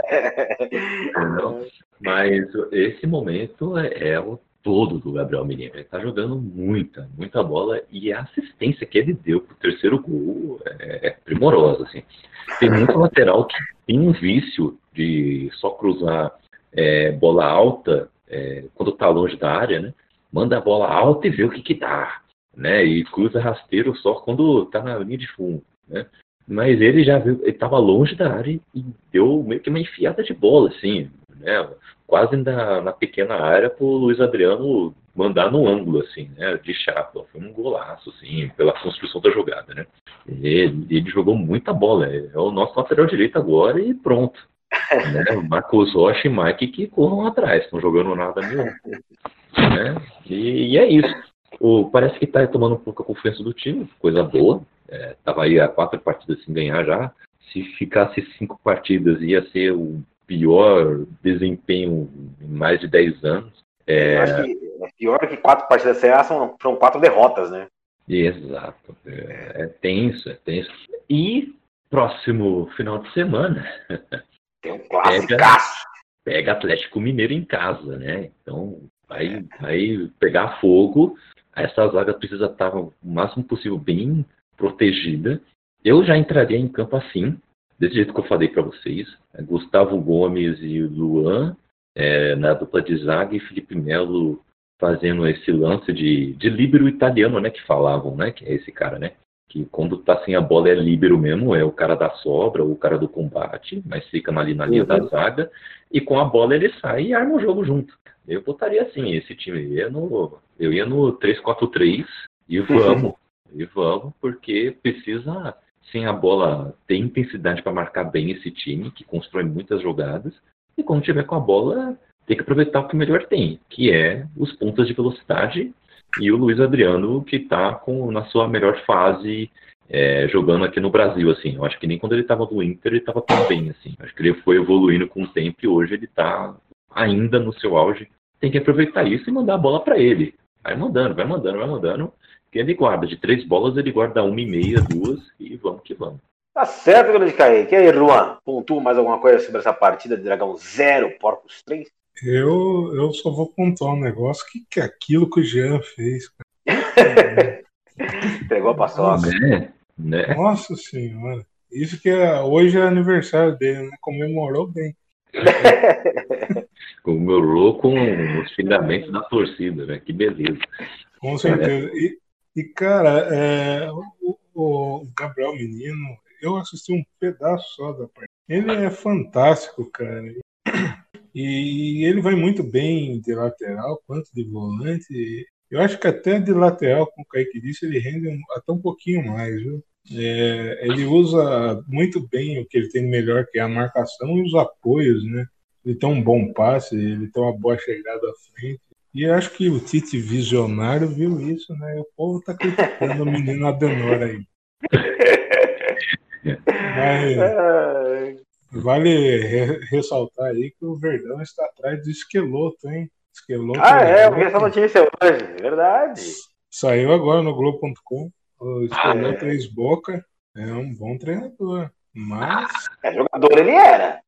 Não. Mas esse momento é o todo do Gabriel Menino. Ele tá jogando muita bola e a assistência que ele deu pro terceiro gol é primorosa, assim. Tem muito lateral que tem um vício de só cruzar bola alta quando tá longe da área, né? Manda a bola alta e vê o que dá, né? E cruza rasteiro só quando tá na linha de fundo, né? Mas ele já viu, ele tava longe da área e deu meio que uma enfiada de bola, assim, né? Quase na pequena área pro Luiz Adriano mandar no ângulo, assim, né? De chapa. Foi um golaço, assim, pela construção da jogada, né? Ele jogou muita bola. É o nosso lateral direito agora e pronto. Né? Marcos Rocha e Mike que corram atrás, estão jogando nada mesmo. Né? E é isso. Parece que está tomando um pouco a confiança do time, coisa boa. Tava aí há 4 partidas sem ganhar já. Se ficasse 5 partidas, ia ser o pior desempenho em mais de 10 anos. Eu acho que é pior que 4 partidas sem são 4 derrotas, né? Exato. É tenso. E próximo final de semana tem um classicaço. Pega Atlético Mineiro em casa, né? Então vai pegar fogo. Essa zaga precisa estar o máximo possível bem protegida. Eu já entraria em campo assim, desse jeito que eu falei para vocês. Gustavo Gomes e Luan na dupla de zaga e Felipe Melo fazendo esse lance de líbero italiano, né? Que falavam, né? Que é esse cara, né? Que quando tá sem a bola é líbero mesmo, é o cara da sobra, o cara do combate, mas fica ali na linha da zaga, e com a bola ele sai e arma o jogo junto. Eu botaria assim, esse time, eu ia no 3-4-3 e vamos, porque precisa, sem a bola, ter intensidade para marcar bem esse time, que constrói muitas jogadas, e quando tiver com a bola, tem que aproveitar o que melhor tem, que é os pontas de velocidade, e o Luiz Adriano, que está na sua melhor fase, jogando aqui no Brasil, assim. Eu acho que nem quando ele estava no Inter, ele estava tão bem, assim. Acho que ele foi evoluindo com o tempo e hoje ele está ainda no seu auge. Tem que aproveitar isso e mandar a bola para ele. Vai mandando. Que ele guarda. De 3 bolas, ele guarda 1,5, 2 e vamos que vamos. Tá certo, grande Kaique. E aí, Juan, pontua mais alguma coisa sobre essa partida de Dragão 0, Porcos 3? Eu só vou pontuar um negócio. O que é aquilo que o Jean fez, cara? Pegou a paçoca. Né? Nossa senhora. Isso que hoje é aniversário dele, né? Comemorou bem. comemorou com os filhamentos da torcida, né? Que beleza. Com certeza. Cara, o Gabriel Menino, eu assisti um pedaço só da partida. Ele é fantástico, cara. E ele vai muito bem de lateral quanto de volante. Eu acho que até de lateral, como o Kaique disse, ele rende até um pouquinho mais, viu? Ele usa muito bem o que ele tem de melhor, que é a marcação e os apoios, né? Ele tem um bom passe, ele tem uma boa chegada à frente. E eu acho que o Tite visionário viu isso, né? O povo tá criticando o menino Adenor aí. Mas vale ressaltar aí que o Verdão está atrás do Esqueloto, hein? Esqueloto eu vi essa notícia hoje, verdade. Saiu agora no Globo.com. O Esqueloto ex-Boca é um bom treinador, mas... jogador ele era.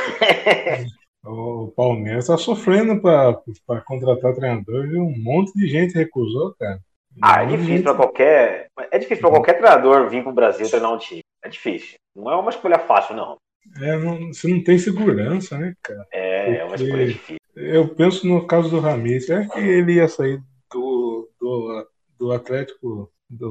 O Palmeiras está sofrendo para contratar treinador, viu? Um monte de gente recusou, cara. É difícil para qualquer treinador vir para o Brasil treinar um time. É difícil. Não é uma escolha fácil, não. Você não tem segurança, né, cara? É uma escolha difícil. Eu penso no caso do Ramires. Será que ele ia sair do Atlético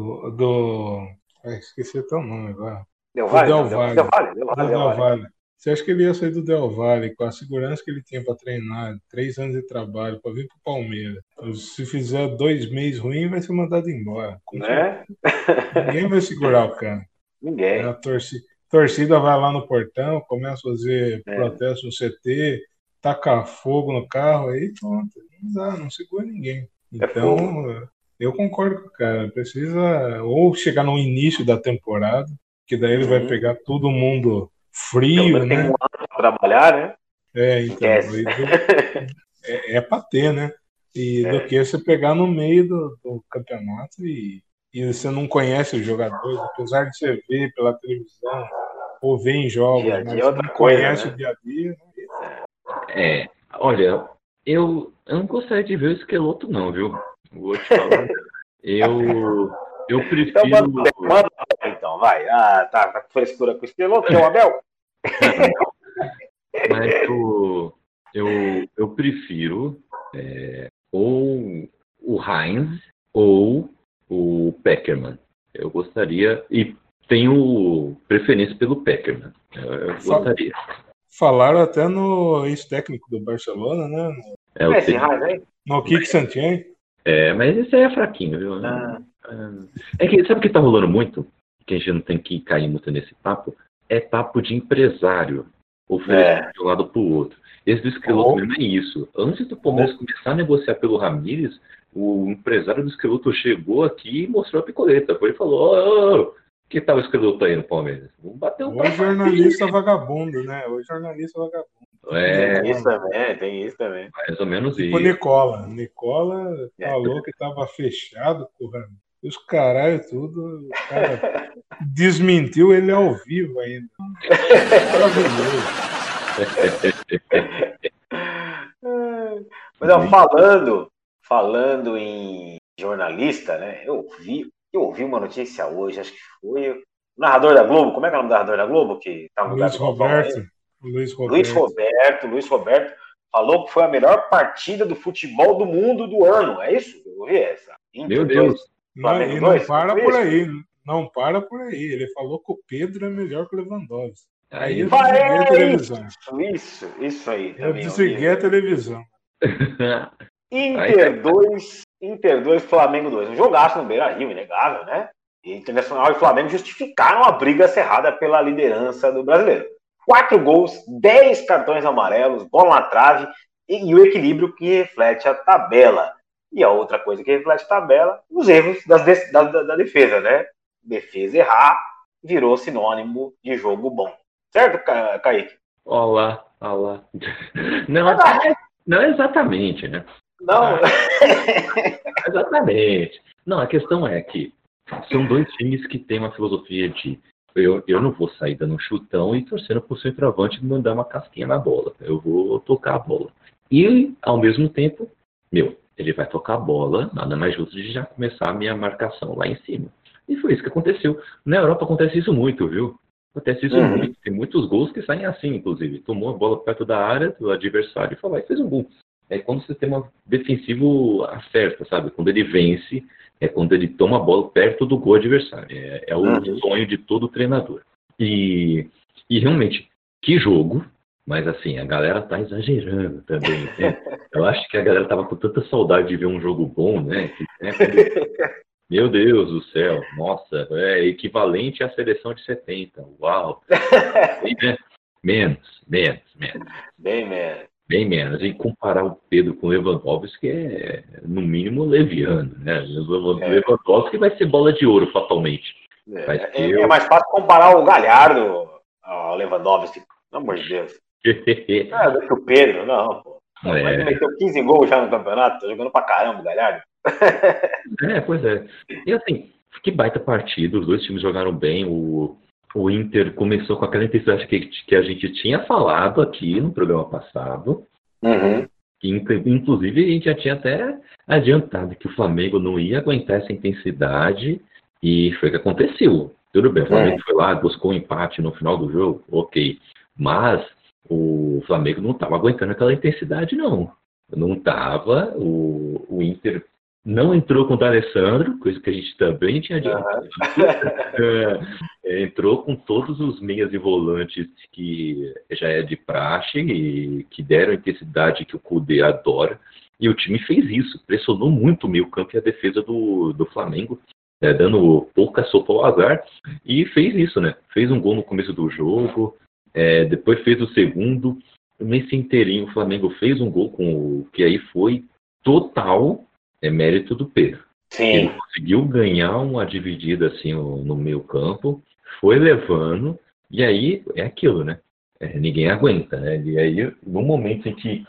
esqueci até o nome agora. Del Valle. Você acha que ele ia sair do Del Valle com a segurança que ele tinha para treinar, 3 anos de trabalho, para vir para o Palmeiras? Se fizer 2 meses ruim, vai ser mandado embora. Né? Ninguém vai segurar o cara. Ninguém. A torcida vai lá no portão, começa a fazer protesto no CT, taca fogo no carro, aí pronto. Não segura ninguém. Então, eu concordo com o cara. Precisa ou chegar no início da temporada, que daí ele vai pegar todo mundo frio, né? Tem um ano para trabalhar, né? Então. É pra ter, né? Do que você pegar no meio do campeonato e você não conhece os jogadores, apesar de você ver pela televisão ou ver em jogos, mas você não conhece o dia a dia. Olha, eu não gostaria de ver o Esqueloto, não, viu? Vou te falar. Eu prefiro. Então, vai. Tá com frescura com o Esqueloto, que é o Abel? Mas eu prefiro ou o Heinz ou o Pekerman. Eu gostaria, e tenho preferência pelo Pekerman. Eu gostaria. Falaram até no ex-técnico do Barcelona, né? Esse Heinz aí? No Kike Setien. Mas esse aí é fraquinho, viu? É que sabe o que tá rolando muito? Que a gente não tem que cair muito nesse papo? É papo de empresário, oferecendo de um lado pro outro. Esse do Esqueloto mesmo é isso. Antes do Palmeiras começar a negociar pelo Ramires, o empresário do Esqueloto chegou aqui e mostrou a picoleta. Foi e falou: que tal o Esqueloto aí no Palmeiras? Vamos bater um papo. Jornalista vagabundo, né? O jornalista vagabundo. Tem isso também. Mais ou menos tipo isso. Nicola falou que tava fechado com o Ramires. E os caralho tudo, o cara desmentiu ele ao vivo ainda. Mas falando em jornalista, né? Eu ouvi uma notícia hoje, acho que foi o narrador da Globo. Como é que é o nome do narrador da Globo? Que tá no Luiz Roberto. Luiz Roberto falou que foi a melhor partida do futebol do mundo do ano. É isso? Eu ouvi essa. Meu Deus. Não para por aí. Não para por aí. Ele falou que o Pedro é melhor que o Lewandowski. Aí eu desliguei a televisão. Isso aí. Eu desliguei a televisão. Inter 2, Flamengo 2. Um jogaço no Beira-Rio, inegável, né? E Internacional e Flamengo justificaram a briga acirrada pela liderança do brasileiro. 4 gols, 10 cartões amarelos, bola na trave e o equilíbrio que reflete a tabela. E a outra coisa que reflete a tabela, os erros da defesa, né? Defesa errar virou sinônimo de jogo bom. Certo, Kaique? Olá. Não exatamente, né? Não. Exatamente. Não, a questão é que são 2 times que têm uma filosofia de eu não vou sair dando um chutão e torcendo pro centroavante e mandar uma casquinha na bola. Eu vou tocar a bola. E, ao mesmo tempo, ele vai tocar a bola, nada mais justo de já começar a minha marcação lá em cima. E foi isso que aconteceu. Na Europa acontece isso muito, viu? Acontece isso muito. Tem muitos gols que saem assim, inclusive. Tomou a bola perto da área do adversário e foi lá e fez um gol. É quando o sistema defensivo acerta, sabe? Quando ele vence, é quando ele toma a bola perto do gol adversário. É o sonho de todo treinador. E realmente, que jogo, mas assim, a galera tá exagerando também, né? Eu acho que a galera tava com tanta saudade de ver um jogo bom, né? Meu Deus do céu, nossa, é equivalente à seleção de 70, uau. Bem, né? Menos. Bem menos. E comparar o Pedro com o Lewandowski é, no mínimo, leviano, né? O Lewandowski vai ser bola de ouro, fatalmente. É mais fácil comparar o Galhardo ao Lewandowski, pelo amor de Deus. Do que o Pedro, não, pô. Ele meteu 15 gols já no campeonato, tá jogando pra caramba o Galhardo. Pois é. E assim, que baita partida, os dois times jogaram bem, o Inter começou com aquela intensidade que a gente tinha falado aqui no programa passado. Inclusive, a gente já tinha até adiantado que o Flamengo não ia aguentar essa intensidade e foi o que aconteceu. Tudo bem, o Flamengo foi lá, buscou um empate no final do jogo, ok. Mas o Flamengo não estava aguentando aquela intensidade, não. Não estava. O Inter não entrou com o D'Alessandro, coisa que a gente também tinha adiantado. Entrou com todos os meias e volantes que já é de praxe e que deram a intensidade que o Kudê adora. E o time fez isso, pressionou muito o meio-campo e a defesa do Flamengo, dando pouca sopa ao azar, e fez isso, né? Fez um gol no começo do jogo, depois fez o segundo. Nesse inteirinho, o Flamengo fez um gol que aí foi total mérito do Pedro. Sim. Ele conseguiu ganhar uma dividida assim no meio campo, foi levando, e aí é aquilo, né? Ninguém aguenta, né? E aí, no momento em que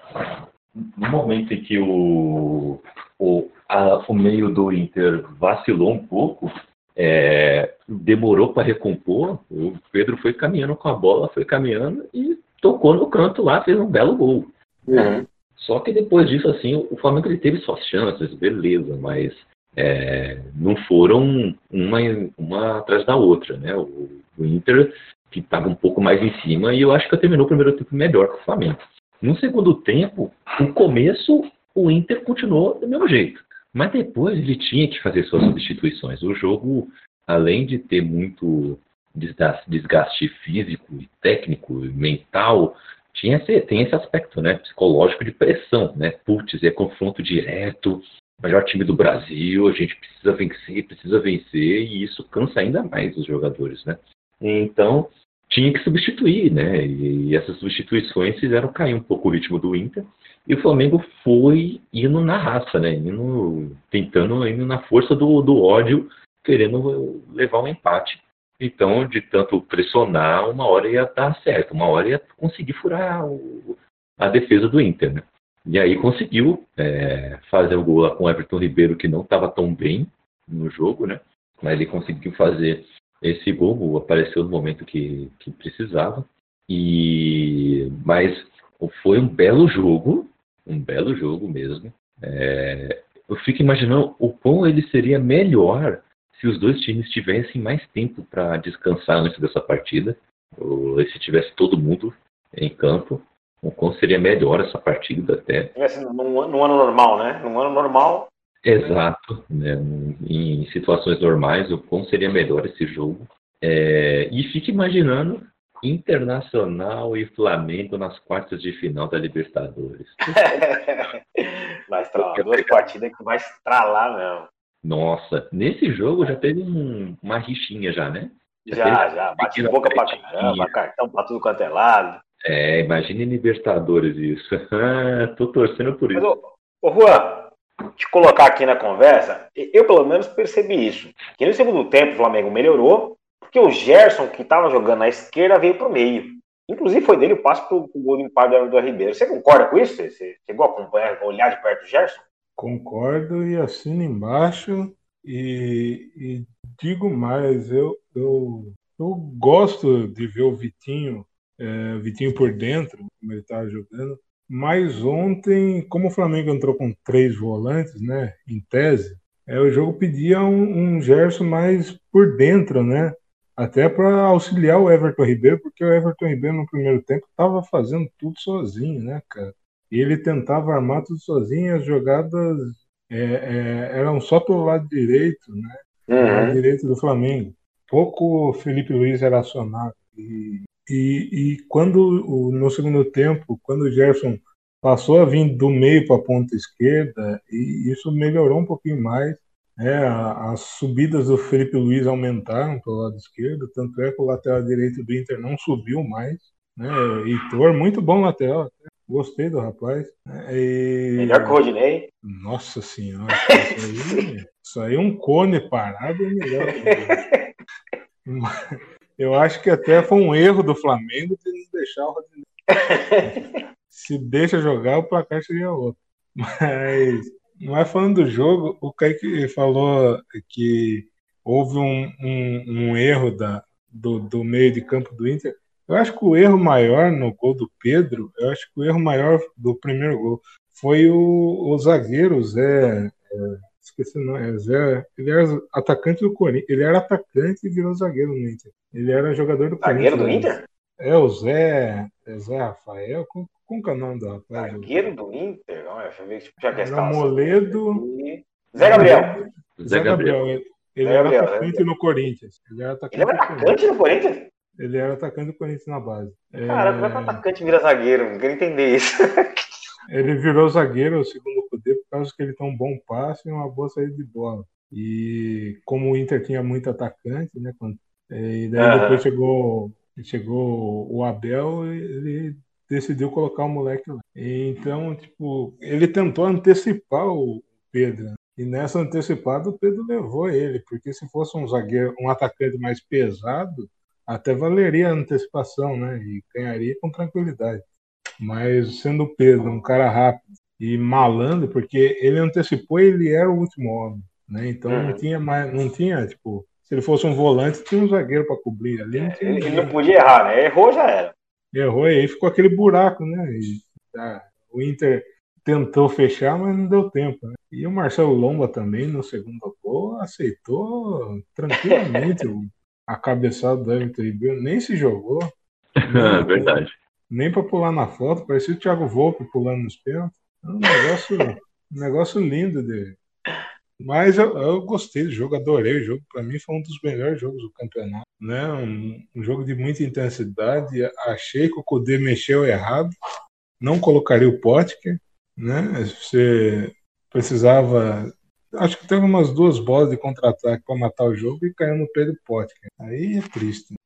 o meio do Inter vacilou um pouco, demorou para recompor, o Pedro foi caminhando com a bola, foi caminhando e tocou no canto lá, fez um belo gol. Só que depois disso, assim, o Flamengo ele teve suas chances, beleza, mas não foram uma atrás da outra, né? O Inter que estava um pouco mais em cima, e eu acho que terminou o primeiro tempo melhor que o Flamengo. No segundo tempo, no começo, o Inter continuou do mesmo jeito, mas depois ele tinha que fazer suas substituições. O jogo, além de ter muito desgaste físico, técnico, mental, tem esse aspecto, né, psicológico de pressão, né? Putz, é confronto direto, melhor time do Brasil, a gente precisa vencer, e isso cansa ainda mais os jogadores, né? Então, tinha que substituir, né? E essas substituições fizeram cair um pouco o ritmo do Inter, e o Flamengo foi indo na raça, né? Indo na força do ódio, querendo levar um empate. Então, de tanto pressionar, uma hora ia dar certo, uma hora ia conseguir furar a defesa do Inter, né? E aí conseguiu fazer o gol lá com o Everton Ribeiro, que não estava tão bem no jogo, né? Mas ele conseguiu fazer esse gol, apareceu no momento que precisava. Mas foi um belo jogo mesmo. Eu fico imaginando o quão ele seria melhor se os dois times tivessem mais tempo para descansar antes dessa partida, ou se tivesse todo mundo em campo, o quão seria melhor essa partida até. Num ano normal, né? Num ano normal. Exato, né? Em situações normais, o quão seria melhor esse jogo. E fica imaginando Internacional e Flamengo nas quartas de final da Libertadores. Vai estralar, duas partidas que vai estralar mesmo. Nossa, nesse jogo já teve uma rixinha já, né? Já, bate boca pra caramba, cartão pra tudo quanto é lado. Imagine Libertadores isso. Tô torcendo por isso. Mas, ô Juan, te colocar aqui na conversa, eu pelo menos percebi isso. Que no segundo tempo o Flamengo melhorou, porque o Gerson, que estava jogando na esquerda, veio pro meio. Inclusive foi dele o passo pro gol de empate do Everton Ribeiro. Você concorda com isso? Você chegou a acompanhar, olhar de perto o Gerson? Concordo e assino embaixo, e digo mais, eu gosto de ver o Vitinho por dentro, como ele estava jogando, mas ontem, como o Flamengo entrou com 3 volantes, né, em tese, o jogo pedia um Gerson mais por dentro, né? até para auxiliar o Everton Ribeiro, porque o Everton Ribeiro no primeiro tempo estava fazendo tudo sozinho, né, cara? E ele tentava armar tudo sozinho, as jogadas eram só pelo lado direito, né? Pelo lado direito do Flamengo. Pouco o Felipe Luiz era acionado. E quando, no segundo tempo, quando o Gerson passou a vir do meio para a ponta esquerda, e isso melhorou um pouquinho mais. As subidas do Felipe Luiz aumentaram pelo lado esquerdo, tanto é que o lateral direito do Inter não subiu mais. Né? Heitor, muito bom lateral, gostei do rapaz. Melhor que o Rodinei. Nossa senhora, isso aí é um cone parado é melhor. Eu acho que até foi um erro do Flamengo de não deixar o Rodinei. Se deixa jogar, o placar seria outro. Mas falando do jogo, o Kaique falou que houve um erro do meio de campo do Inter. Eu acho que o erro maior no gol do Pedro, eu acho que o erro maior do primeiro gol foi o zagueiro Zé. Esqueci o nome, Zé. Ele era atacante do Corinthians. Ele era atacante e virou zagueiro no Inter. Ele era jogador do Corinthians. Zagueiro do Inter? O Zé. Zé Rafael. Como que é o nome do rapaz? Zagueiro do Inter? Não, deixa eu ver se já era Moledo. Zé Gabriel. Zé Gabriel. Ele era atacante no Corinthians. Ele era atacante no Corinthians? Ele era atacante do Corinthians na base. Cara, como é que o atacante vira zagueiro? Não quero entender isso. Ele virou zagueiro, segundo o Cudê, por causa que ele tem um bom passe e uma boa saída de bola. E como o Inter tinha muito atacante, né? E daí depois chegou o Abel e ele decidiu colocar o moleque lá. Então, ele tentou antecipar o Pedro. E nessa antecipada o Pedro levou ele, porque se fosse um zagueiro, um atacante mais pesado, até valeria a antecipação, né? E ganharia com tranquilidade. Mas sendo o Pedro um cara rápido e malandro, porque ele antecipou e ele era o último homem, né? Então não tinha, se ele fosse um volante, tinha um zagueiro para cobrir ali. Ele não podia errar, né? Errou, já era. Errou e aí ficou aquele buraco, né? O Inter tentou fechar, mas não deu tempo, né? E o Marcelo Lomba também, no segundo gol, aceitou tranquilamente a cabeçada do Everton Ribeiro, nem se jogou. Verdade. Nem para pular na foto, parecia o Thiago Volpe pulando nos pênaltis. Um negócio lindo dele. Mas eu gostei do jogo, adorei o jogo. Para mim foi um dos melhores jogos do campeonato. Né? Um jogo de muita intensidade. Achei que o Cudê mexeu errado. Não colocaria o Potker. Né? Você precisava... Acho que teve umas 2 bolas de contra-ataque para matar o jogo e caiu no pé do Potker. Aí é triste.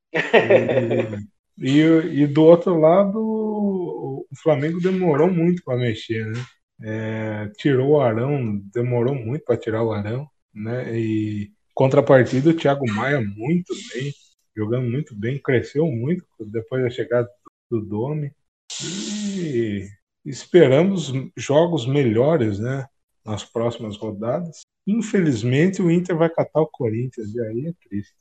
E do outro lado, o Flamengo demorou muito para mexer, né? Tirou o Arão, demorou muito para tirar o Arão, né? E contrapartida, o Thiago Maia muito bem, jogando muito bem, cresceu muito depois da chegada do Domi. E esperamos jogos melhores, né? Nas próximas rodadas. Infelizmente, o Inter vai catar o Corinthians, e aí é triste.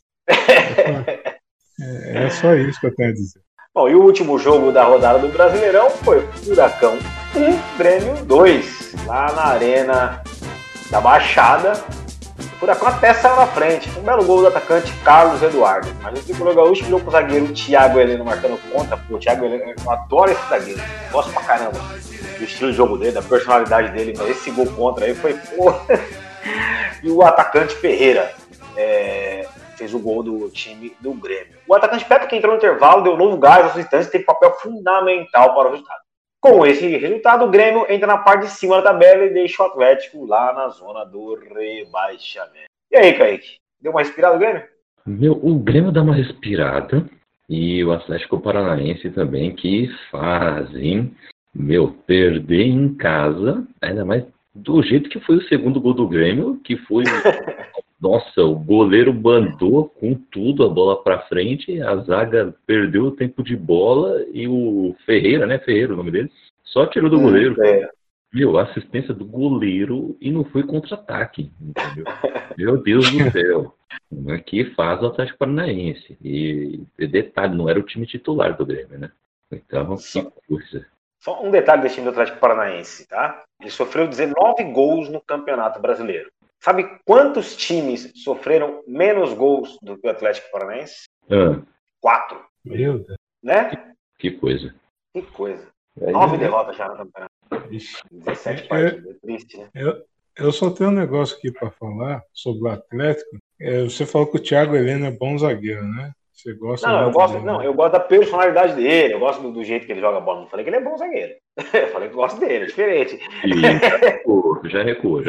É só isso que eu tenho a dizer. Bom, e o último jogo da rodada do Brasileirão foi Furacão 1, Grêmio 2, lá na Arena da Baixada. O Furacão até saiu na frente. Um belo gol do atacante Carlos Eduardo. Mas o tricolor gaúcho virou com o zagueiro Thiago Heleno marcando conta. O Thiago Heleno, eu adoro esse zagueiro. Gosto pra caramba do estilo de jogo dele, da personalidade dele. Mas esse gol contra aí foi porra. E o atacante Ferreira fez o gol do time do Grêmio. O atacante Pepe, que entrou no intervalo, deu novo gás aos instantes e teve papel fundamental para o resultado. Com esse resultado, o Grêmio entra na parte de cima da tabela e deixa o Atlético lá na zona do rebaixamento. E aí, Kaique? Deu uma respirada o Grêmio? O Grêmio dá uma respirada e o Atlético Paranaense também, que fazem, perder em casa, ainda mais do jeito que foi o segundo gol do Grêmio, que foi... Nossa, o goleiro mandou com tudo a bola para frente, a zaga perdeu o tempo de bola e o Ferreira, né? Ferreira, o nome dele, só tirou do goleiro. Assistência do goleiro e não foi contra-ataque, entendeu? Meu Deus do céu. Aqui faz o Atlético Paranaense. E detalhe, não era o time titular do Grêmio, né? Então, que coisa. Só um detalhe desse time do Atlético Paranaense, tá? Ele sofreu 19 gols no Campeonato Brasileiro. Sabe quantos times sofreram menos gols do que o Atlético Paranaense? Ah, 4. Meu Deus. Né? que coisa. Que coisa. Aí, 9 derrotas já no campeonato. Ixi. 17 partidas. Triste, né? Eu só tenho um negócio aqui para falar sobre o Atlético. Você falou que o Thiago Heleno é bom zagueiro, né? Você gosta Não, eu muito gosto, dele, não, né? eu gosto da personalidade dele, eu gosto do jeito que ele joga a bola. Não falei que ele é bom zagueiro. Eu falei que eu gosto dele, é diferente. e já recuou.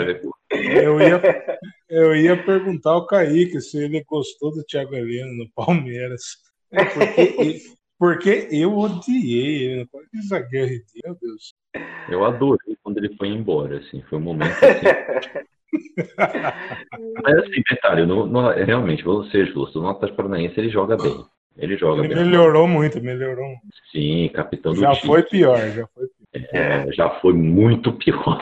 Eu ia perguntar ao Kaique se ele gostou do Thiago Heleno no Palmeiras. Porque eu odiei ele. Que zagueiro, meu Deus. Eu adorei quando ele foi embora, assim, foi um momento assim. Mas assim, detalhe, realmente, vou ser justo, no Atlético Paranaense ele joga bem. Ele melhorou muito. Sim, capitão do Já time. foi pior. Já foi muito pior.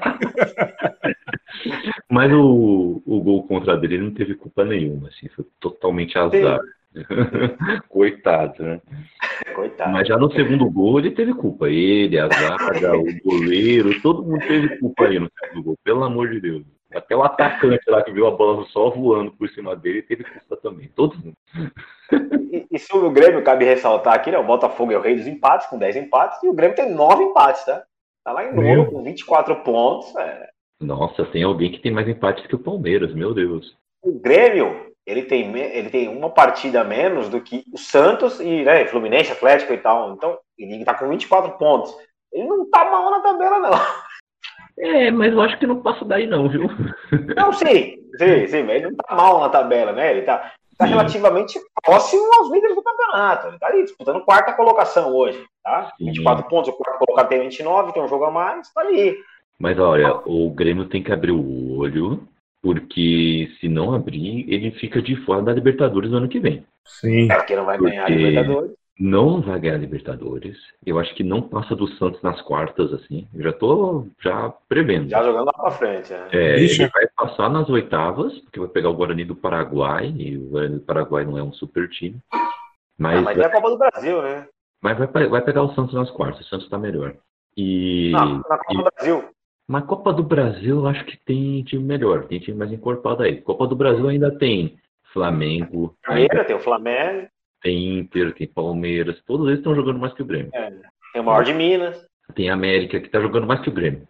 Mas o gol contra dele ele não teve culpa nenhuma, assim, foi totalmente azar. Coitado, né? Coitado. Mas já no segundo gol ele teve culpa. Ele, a zaga, o goleiro, todo mundo teve culpa aí no segundo gol, pelo amor de Deus. Até o atacante lá que viu a bola só voando por cima dele teve culpa também. Todo mundo. E sobre o Grêmio, cabe ressaltar aqui, né? O Botafogo é o rei dos empates, com 10 empates, e o Grêmio tem 9 empates, tá? Tá lá em nono com 24 pontos. Nossa, tem alguém que tem mais empates que o Palmeiras, meu Deus. O Grêmio, ele tem uma partida a menos do que o Santos e, né, Fluminense, Atlético e tal. Então, ele tá com 24 pontos. Ele não tá mal na tabela, não. Mas eu acho que não passa daí não, viu? Não, sim, mas ele não tá mal na tabela, né? Ele tá relativamente próximo aos líderes do campeonato. Ele tá ali disputando quarta colocação hoje, tá? Sim. 24 pontos, o quarto colocado tem 29, tem um jogo a mais, tá ali. Mas olha, o Grêmio tem que abrir o olho, porque se não abrir, ele fica de fora da Libertadores no ano que vem. Sim. Porque não vai ganhar a Libertadores. Não vai ganhar a Libertadores. Eu acho que não passa do Santos nas quartas, assim. Eu já tô prevendo. Já jogando lá pra frente, né? Ele vai passar nas oitavas, porque vai pegar o Guarani do Paraguai, e o Guarani do Paraguai não é um super time. Mas é a Copa do Brasil, né? Mas vai pegar o Santos nas quartas, o Santos tá melhor. Na Copa do Brasil. Na Copa do Brasil, eu acho que tem time melhor, tem time mais encorpado aí. Copa do Brasil ainda tem Flamengo. Tem o Flamengo. Tem Inter, tem Palmeiras, todos eles estão jogando mais que o Grêmio. Tem o maior de Minas. Tem a América, que está jogando mais que o Grêmio.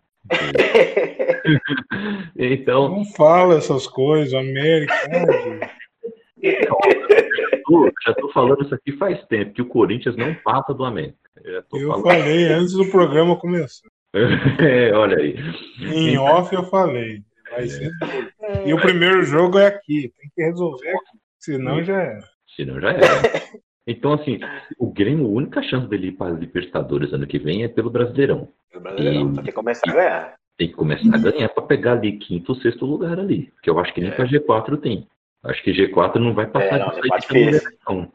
Então... Não fala essas coisas, América. Já tô falando isso aqui faz tempo, que o Corinthians não passa do América. Eu falei antes do programa começar. Olha aí. Em off eu falei. E o primeiro jogo é aqui. Tem que resolver aqui. Senão já era. Então, assim, o Grêmio, a única chance dele ir para a Libertadores ano que vem é pelo Brasileirão. Tem que começar a ganhar. Tem que começar a ganhar para pegar ali quinto ou sexto lugar ali. Que eu acho que nem para G4 tem. Acho que G4 não vai passar não.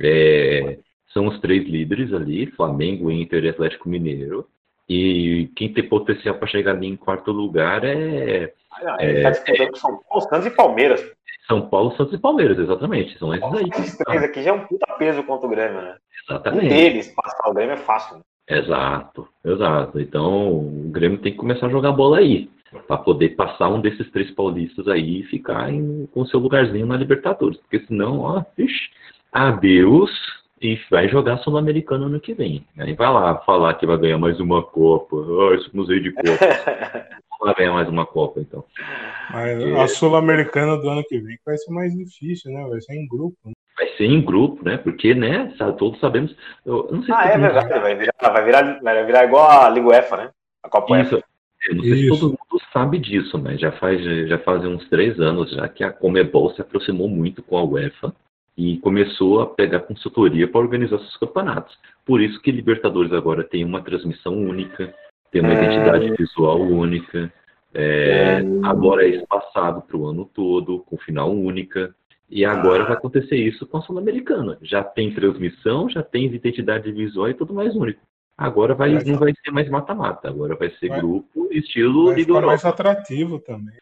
São os 3 líderes ali, Flamengo, Inter e Atlético Mineiro. E quem tem potencial para chegar ali em quarto lugar Ele tá disputando com São Paulo, Santos e Palmeiras. São Paulo, Santos e Palmeiras, exatamente. São esses aí. Esses 3 aqui já é um puta peso contra o Grêmio, né? Exatamente. Um deles passar o Grêmio é fácil. Né? Exato. Então o Grêmio tem que começar a jogar bola aí. Para poder passar um desses 3 paulistas aí e ficar com seu lugarzinho na Libertadores. Porque senão, adeus. E vai jogar Sul-Americano ano que vem. Aí vai lá falar que vai ganhar mais uma Copa. Somos rei de Copa. Vai ganhar mais uma Copa, então. Mas a Sul-Americana do ano que vem vai ser mais difícil, né? Vai ser em grupo. Né? Vai ser em grupo, né? Porque, né? Todos sabemos. Eu não sei se é verdade. Vai virar igual a Liga UEFA, né? A Copa UEFA. Eu não sei se todo mundo sabe disso, mas já fazem uns 3 anos já que a Conmebol se aproximou muito com a UEFA. E começou a pegar consultoria para organizar seus campeonatos. Por isso que Libertadores agora tem uma transmissão única, tem uma identidade visual única, agora é espaçado para o ano todo, com final única, e agora vai acontecer isso com a Sul-Americana. Já tem transmissão, já tem identidade visual e tudo mais único. Agora não vai ser mais mata-mata, agora vai ser grupo, estilo Liga Europa. Mais atrativo também.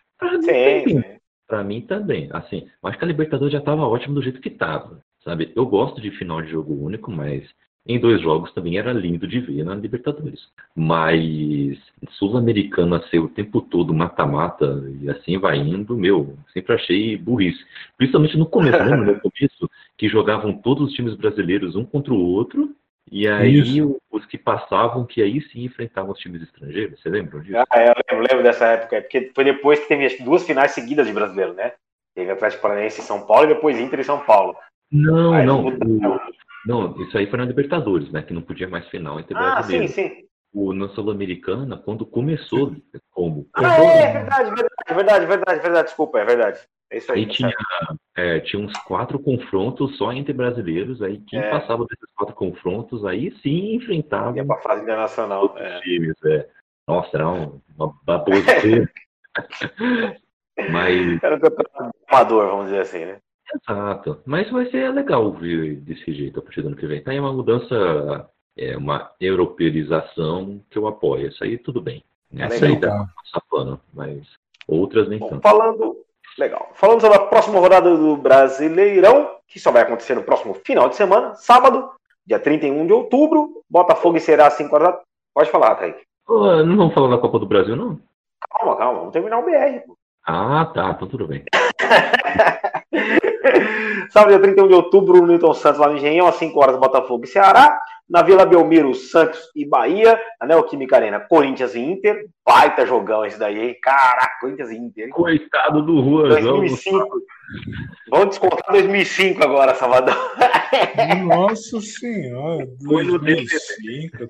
Pra mim também, assim, eu acho que a Libertadores já estava ótimo do jeito que estava, sabe? Eu gosto de final de jogo único, mas em 2 jogos também era lindo de ver na Libertadores. Mas Sul-Americana ser o tempo todo mata-mata e assim vai indo, sempre achei burrice. Principalmente no começo, lembra no começo que jogavam todos os times brasileiros um contra o outro, e aí os que passavam, que aí sim enfrentavam os times estrangeiros. Você lembra disso? Eu lembro dessa época, porque foi depois que teve 2 finais seguidas de brasileiro, né? Teve Atlético Paranaense e São Paulo e depois Inter e São Paulo. Não, isso aí foi na Libertadores, né? Que não podia mais final entre brasileiros. Sim. Na Sul-Americana, quando começou como. Verdade. Desculpa, é verdade. É isso aí. Aí tinha uns 4 confrontos só entre brasileiros, aí quem passava desses 4 confrontos, aí sim enfrentava. Ia pra fase internacional. Times, Nossa, era uma baboseira. Mas... Era um campeonato amador, vamos dizer assim, né? Exato. Mas vai ser legal ver desse jeito a partir do ano que vem. Tá aí uma mudança, uma europeização que eu apoio. Isso aí tudo bem. Essa aí dá pra passar pano, mas outras nem tanto. Falando sobre a próxima rodada do Brasileirão, que só vai acontecer no próximo final de semana, sábado, dia 31 de outubro, Botafogo e Ceará às 5 horas da tarde. Pode falar, Kaique. Não vamos falar da Copa do Brasil, não? Calma, vamos terminar o BR, pô. Ah, tá, então tudo bem. Sábado, dia 31 de outubro, no Newton Santos, lá no Engenhão, às 5 horas, Botafogo e Ceará. Na Vila Belmiro, Santos e Bahia. Na Neoquímica Arena, Corinthians e Inter. Baita jogão esse daí, hein? Caraca, Corinthians e Inter. Hein? Coitado do Juan. 2005. Vamos descontar 2005 agora, Salvador. Nossa Senhora, 2005.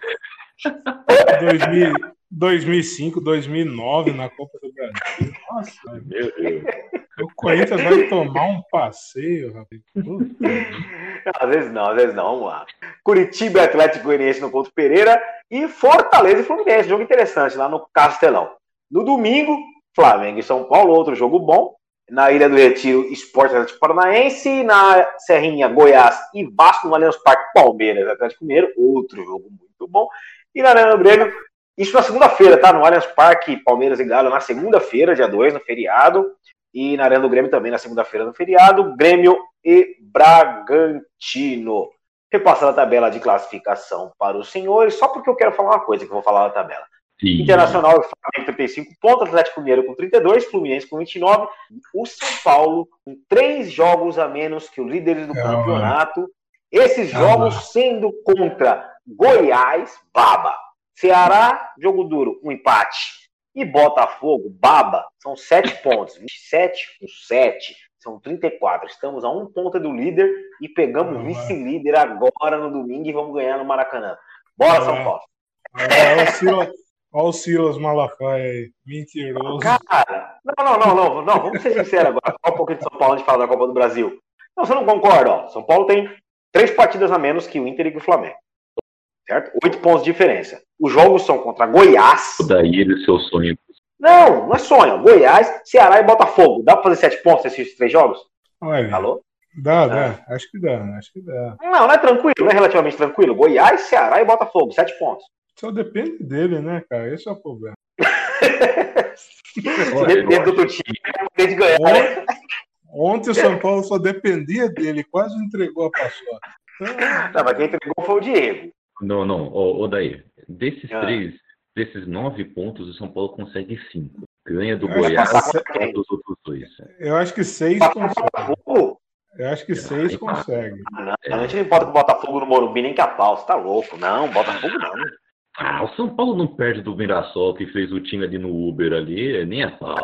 2005, 2009 na Copa do Brasil. Nossa, meu Deus. O Corinthians vai tomar um passeio, rapaz. Às vezes não. Vamos lá. Curitiba e Atlético Goianiense no Couto Pereira e Fortaleza e Fluminense. Jogo interessante lá no Castelão. No domingo, Flamengo e São Paulo, outro jogo bom. Na Ilha do Retiro, Sport Atlético Paranaense. Na Serrinha, Goiás e Vasco. No Allianz Parque, Palmeiras e Atlético Mineiro. Outro jogo muito bom. E na Arena do Grêmio, isso na segunda-feira, tá? No Allianz Parque, Palmeiras e Galo na segunda-feira, dia 2, no feriado. E na Arena do Grêmio também na segunda-feira, no feriado. Grêmio e Bragantino. Repassando a tabela de classificação para os senhores, só porque eu quero falar uma coisa que eu vou falar na tabela. Sim. Internacional e Flamengo 35 pontos, Atlético Mineiro com 32, Fluminense com 29. O São Paulo com 3 jogos a menos que os líderes do campeonato. Esses jogos sendo contra Goiás, baba. Ceará, jogo duro, um empate. E Botafogo, baba, são 7 pontos. 27 com 7, são 34. Estamos a 1 ponto do líder e pegamos o vice-líder agora no domingo e vamos ganhar no Maracanã. Bora, São Paulo. Olha o Silas Malafaia aí, mentiroso. Cara, não, vamos ser sinceros agora. Fala um pouquinho de São Paulo antes de falar da Copa do Brasil. Não, você não concorda, ó. São Paulo tem 3 partidas a menos que o Inter e que o Flamengo. Certo? 8 pontos de diferença. Os jogos são contra Goiás. Daí ele seu sonho. Não é sonho. Goiás, Ceará e Botafogo. Dá pra fazer 7 pontos nesses 3 jogos? Olha, alô? Dá. Acho que dá. Não é tranquilo, não é relativamente tranquilo. Goiás, Ceará e Botafogo, 7 pontos. Só depende dele, né, cara? Esse é o problema. Depende do outro time, depende de ganhar. Ontem o São Paulo só dependia dele, quase entregou a paçoca. Não, mas quem entregou foi o Diego. Não, Daí, desses 9 pontos, o São Paulo consegue 5. Ganha do Goiás e dos outros 2. Eu acho que 6 consegue. Eu acho que 6 consegue. A gente não importa com o Botafogo no Morumbi nem que a pau, você tá louco. Não, Botafogo não. O São Paulo não perde do Mirassol, que fez o time ali no Uber ali, nem a pau.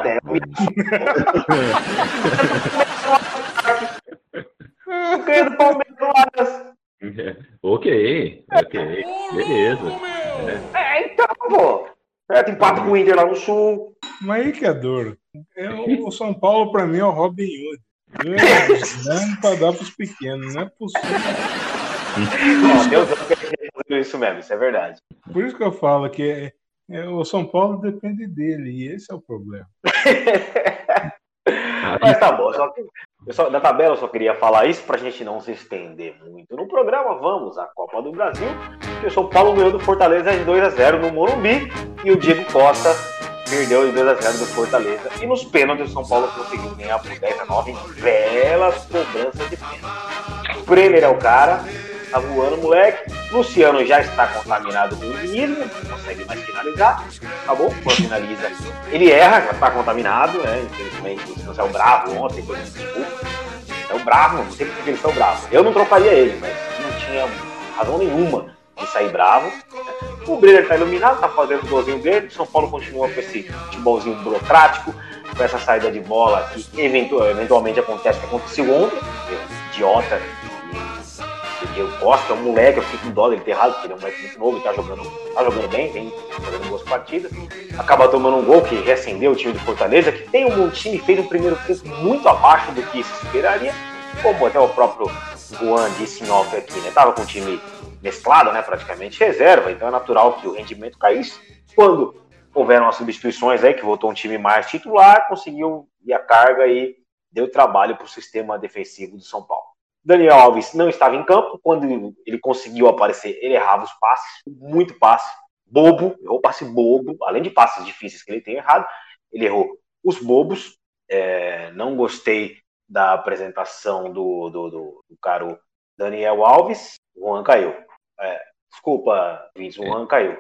Ganha do Palmeiras. Ok, beleza. Então, pô. Tem empate com o Inter lá no Sul. Mas aí que é duro. O São Paulo, pra mim, é o Robin Hood. Dando pra dar pros pequenos, não é possível. Deus não isso mesmo, isso é verdade. Por isso que eu falo que o São Paulo depende dele, e esse é o problema. Mas tá bom, da tabela eu só queria falar isso pra gente não se estender muito no programa. Vamos à Copa do Brasil, que o São Paulo ganhou do Fortaleza de 2-0 no Morumbi e o Diego Costa perdeu de 2-0 do Fortaleza. E nos pênaltis o São Paulo conseguiu ganhar por 10-9 em belas cobranças de pênalti. O Brenner é o cara, Tá voando, moleque. Luciano já está contaminado com o dinheiro, não consegue mais finalizar. Acabou, quando finaliza, ele erra, já está contaminado, né? Infelizmente, o Luciano saiu bravo ontem, foi muito desculpa. Saiu bravo, não sei porque ele saiu bravo. Eu não trocaria ele, mas não tinha razão nenhuma de sair bravo. O Brenner está iluminado, está fazendo o golzinho dele. O São Paulo continua com esse futebolzinho burocrático, com essa saída de bola que eventualmente acontece, que aconteceu ontem. Idiota. O Diego Costa é um moleque, eu fiquei com dó dele ter errado, porque ele é um moleque muito novo, ele tá jogando bem, vem fazendo boas partidas. Acaba tomando um gol que reacendeu o time do Fortaleza, que tem um time, fez um primeiro tempo muito abaixo do que se esperaria, como até o próprio Juan disse em off aqui, né? Tava com o time mesclado, né? Praticamente reserva, então é natural que o rendimento caísse. Quando houveram as substituições aí, que voltou um time mais titular, conseguiu ir a carga e deu trabalho para o sistema defensivo do São Paulo. Daniel Alves não estava em campo, quando ele conseguiu aparecer, ele errava os passes, muito passe, bobo, errou passe bobo, além de passes difíceis que ele tem errado, ele errou os bobos. Não gostei da apresentação do caro Daniel Alves. O Juan caiu. Desculpa, Vinícius, o Juan caiu.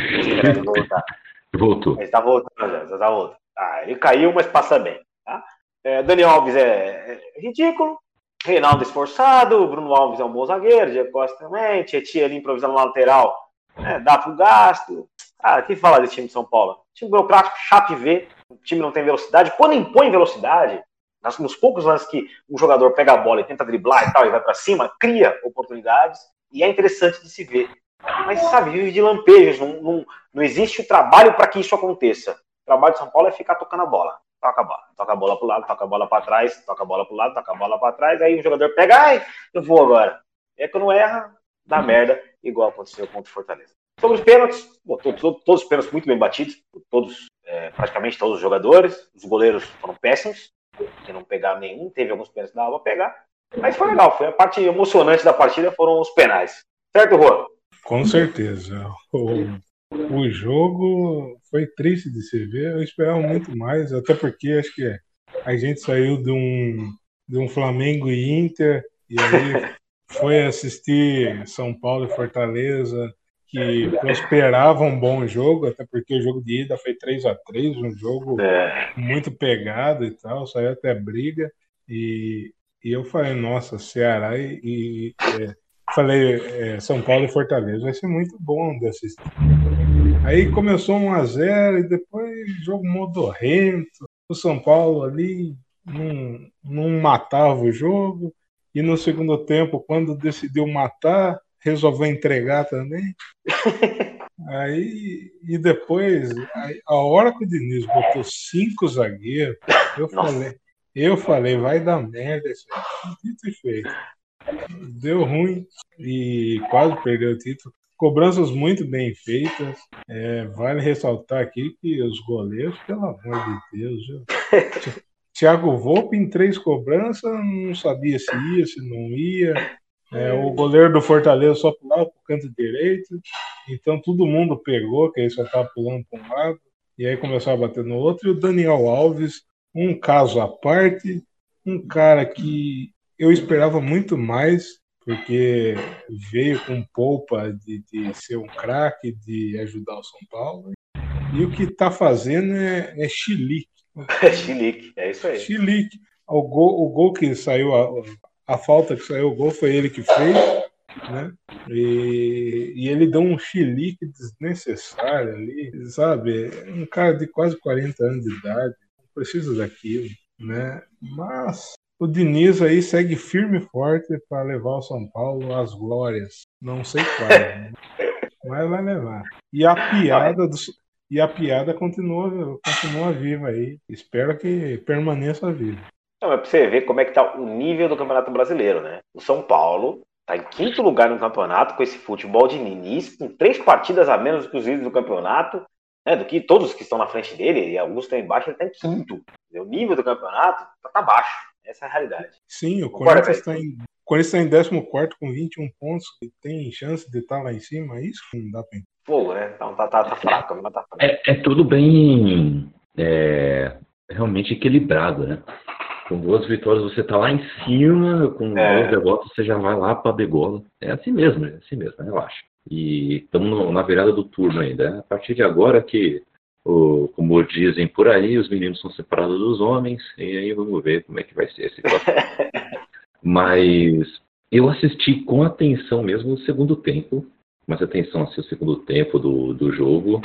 Voltou. Ele está voltando já. Ele caiu, mas passa bem. Tá? Daniel Alves é ridículo. Reinaldo esforçado, Bruno Alves é um bom zagueiro, Diego Costa também, Tietchan ali improvisando na lateral, dá pro gasto. O que falar desse time de São Paulo? Time burocrático, chato de ver, o time não tem velocidade. Quando impõe velocidade, nos poucos lances que um jogador pega a bola e tenta driblar e tal, e vai pra cima, cria oportunidades, e é interessante de se ver. Mas, sabe, vive de lampejos, não existe o trabalho para que isso aconteça. O trabalho de São Paulo é ficar tocando a bola. Toca a bola pro lado, toca a bola para trás, toca a bola pro lado, toca a bola para trás, aí o jogador pega, eu vou agora. Quando erra, dá merda, igual aconteceu contra o Fortaleza. Sobre os pênaltis, todos os pênaltis muito bem batidos, praticamente todos os jogadores, os goleiros foram péssimos, que não pegaram nenhum, teve alguns pênaltis que dava pra pegar, mas foi legal, foi a parte emocionante da partida, foram os penais. Certo, Juan? Com certeza. O jogo foi triste de se ver, eu esperava muito mais, até porque acho que a gente saiu de um Flamengo e Inter, e aí foi assistir São Paulo e Fortaleza, que prosperava um bom jogo, até porque o jogo de ida foi 3-3, um jogo muito pegado e tal, saiu até briga, e eu falei, nossa, Ceará São Paulo e Fortaleza vai ser muito bom de assistir. Aí começou 1-0 e depois jogo modorrento. O São Paulo ali não matava o jogo. E no segundo tempo, quando decidiu matar, resolveu entregar também. E depois, a hora que o Diniz botou 5 zagueiros, eu falei, vai dar merda isso aí. Dito e feito. Deu ruim e quase perdeu o título. Cobranças muito bem feitas. Vale ressaltar aqui que os goleiros, pelo amor de Deus, Thiago Volpe em 3 cobranças, não sabia se ia, se não ia. O goleiro do Fortaleza só pulava para o canto direito. Então todo mundo pegou, que aí só estava pulando para um lado. E aí começou a bater no outro. E o Daniel Alves, um caso à parte, um cara que eu esperava muito mais, porque veio com polpa de ser um craque, de ajudar o São Paulo. E o que está fazendo é chilique. Chilique, é isso aí. Chilique. O gol que saiu, a falta que saiu, o gol foi ele que fez, né? E ele deu um chilique desnecessário ali, sabe? Um cara de quase 40 anos de idade, não precisa daquilo, né? Mas o Diniz aí segue firme e forte para levar o São Paulo às glórias. Não sei qual, né? Mas vai levar. E a piada continua viva aí. Espero que permaneça viva. Não, é para você ver como é que tá o nível do Campeonato Brasileiro, né? O São Paulo tá em 5º lugar no campeonato com esse futebol de Diniz, com 3 partidas a menos que os líderes do campeonato, né? Do que todos que estão na frente dele, e alguns estão embaixo, ele tá em 5º. O nível do campeonato tá baixo. Essa é a realidade. Sim, o Corinthians está em 14º com 21 pontos e tem chance de estar lá em cima. Isso não dá para entender. Pô, né? Então tá fraco. Mas tá fraco. É tudo bem realmente equilibrado, né? Com 2 vitórias você tá lá em cima, com 2 derrotas você já vai lá pra degola. É assim mesmo, relaxa. E estamos na virada do turno ainda. A partir de agora que, como dizem por aí, os meninos são separados dos homens, e aí vamos ver como é que vai ser esse próximo. Mas eu assisti com atenção mesmo o segundo tempo, mas atenção assim, o segundo tempo do jogo.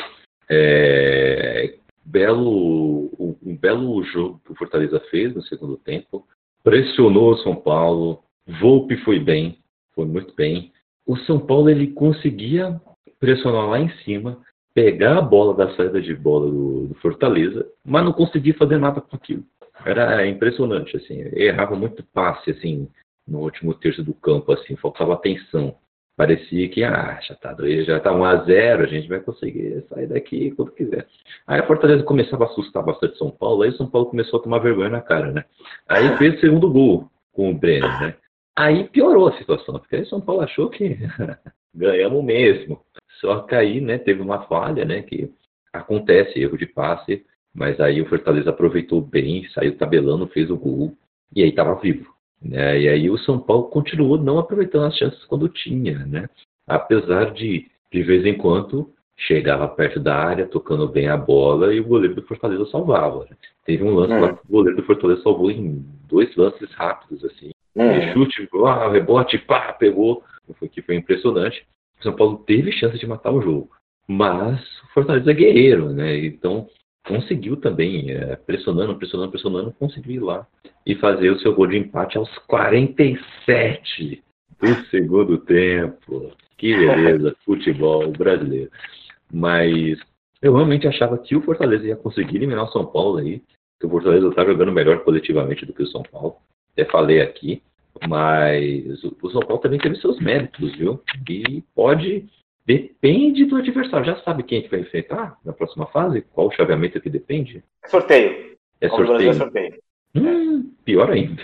Um belo jogo que o Fortaleza fez no segundo tempo. Pressionou o São Paulo. Volpi foi muito bem. O São Paulo ele conseguia pressionar lá em cima, pegar a bola da saída de bola do Fortaleza, mas não conseguia fazer nada com aquilo. Era impressionante, assim. Errava muito passe, assim, no último terço do campo, assim, faltava atenção. Parecia que, já tá 1-0, a gente vai conseguir sair daqui quando quiser. Aí a Fortaleza começava a assustar bastante São Paulo, aí o São Paulo começou a tomar vergonha na cara, né? Aí fez o segundo gol com o Brenner, né? Aí piorou a situação, porque aí o São Paulo achou que ganhamos mesmo. Só que aí, né, teve uma falha, né, que acontece, erro de passe, mas aí o Fortaleza aproveitou bem, saiu tabelando, fez o gol, e aí estava vivo. Né? E aí o São Paulo continuou não aproveitando as chances quando tinha, né? Apesar de vez em quando, chegava perto da área, tocando bem a bola, e o goleiro do Fortaleza salvava. Né? Teve um lance lá que o goleiro do Fortaleza salvou em 2 lances rápidos, assim. Chute, rebote, pegou, que foi impressionante. O São Paulo teve chance de matar o jogo, mas o Fortaleza é guerreiro, né? Então conseguiu também, pressionando, conseguiu ir lá e fazer o seu gol de empate aos 47 do segundo tempo. Que beleza, futebol brasileiro. Mas eu realmente achava que o Fortaleza ia conseguir eliminar o São Paulo aí, que o Fortaleza está jogando melhor coletivamente do que o São Paulo. Até falei aqui, mas o São Paulo também teve seus méritos, viu? E depende do adversário. Já sabe quem a gente vai enfrentar na próxima fase? Qual o chaveamento que depende? Sorteio. É sorteio. Pior ainda.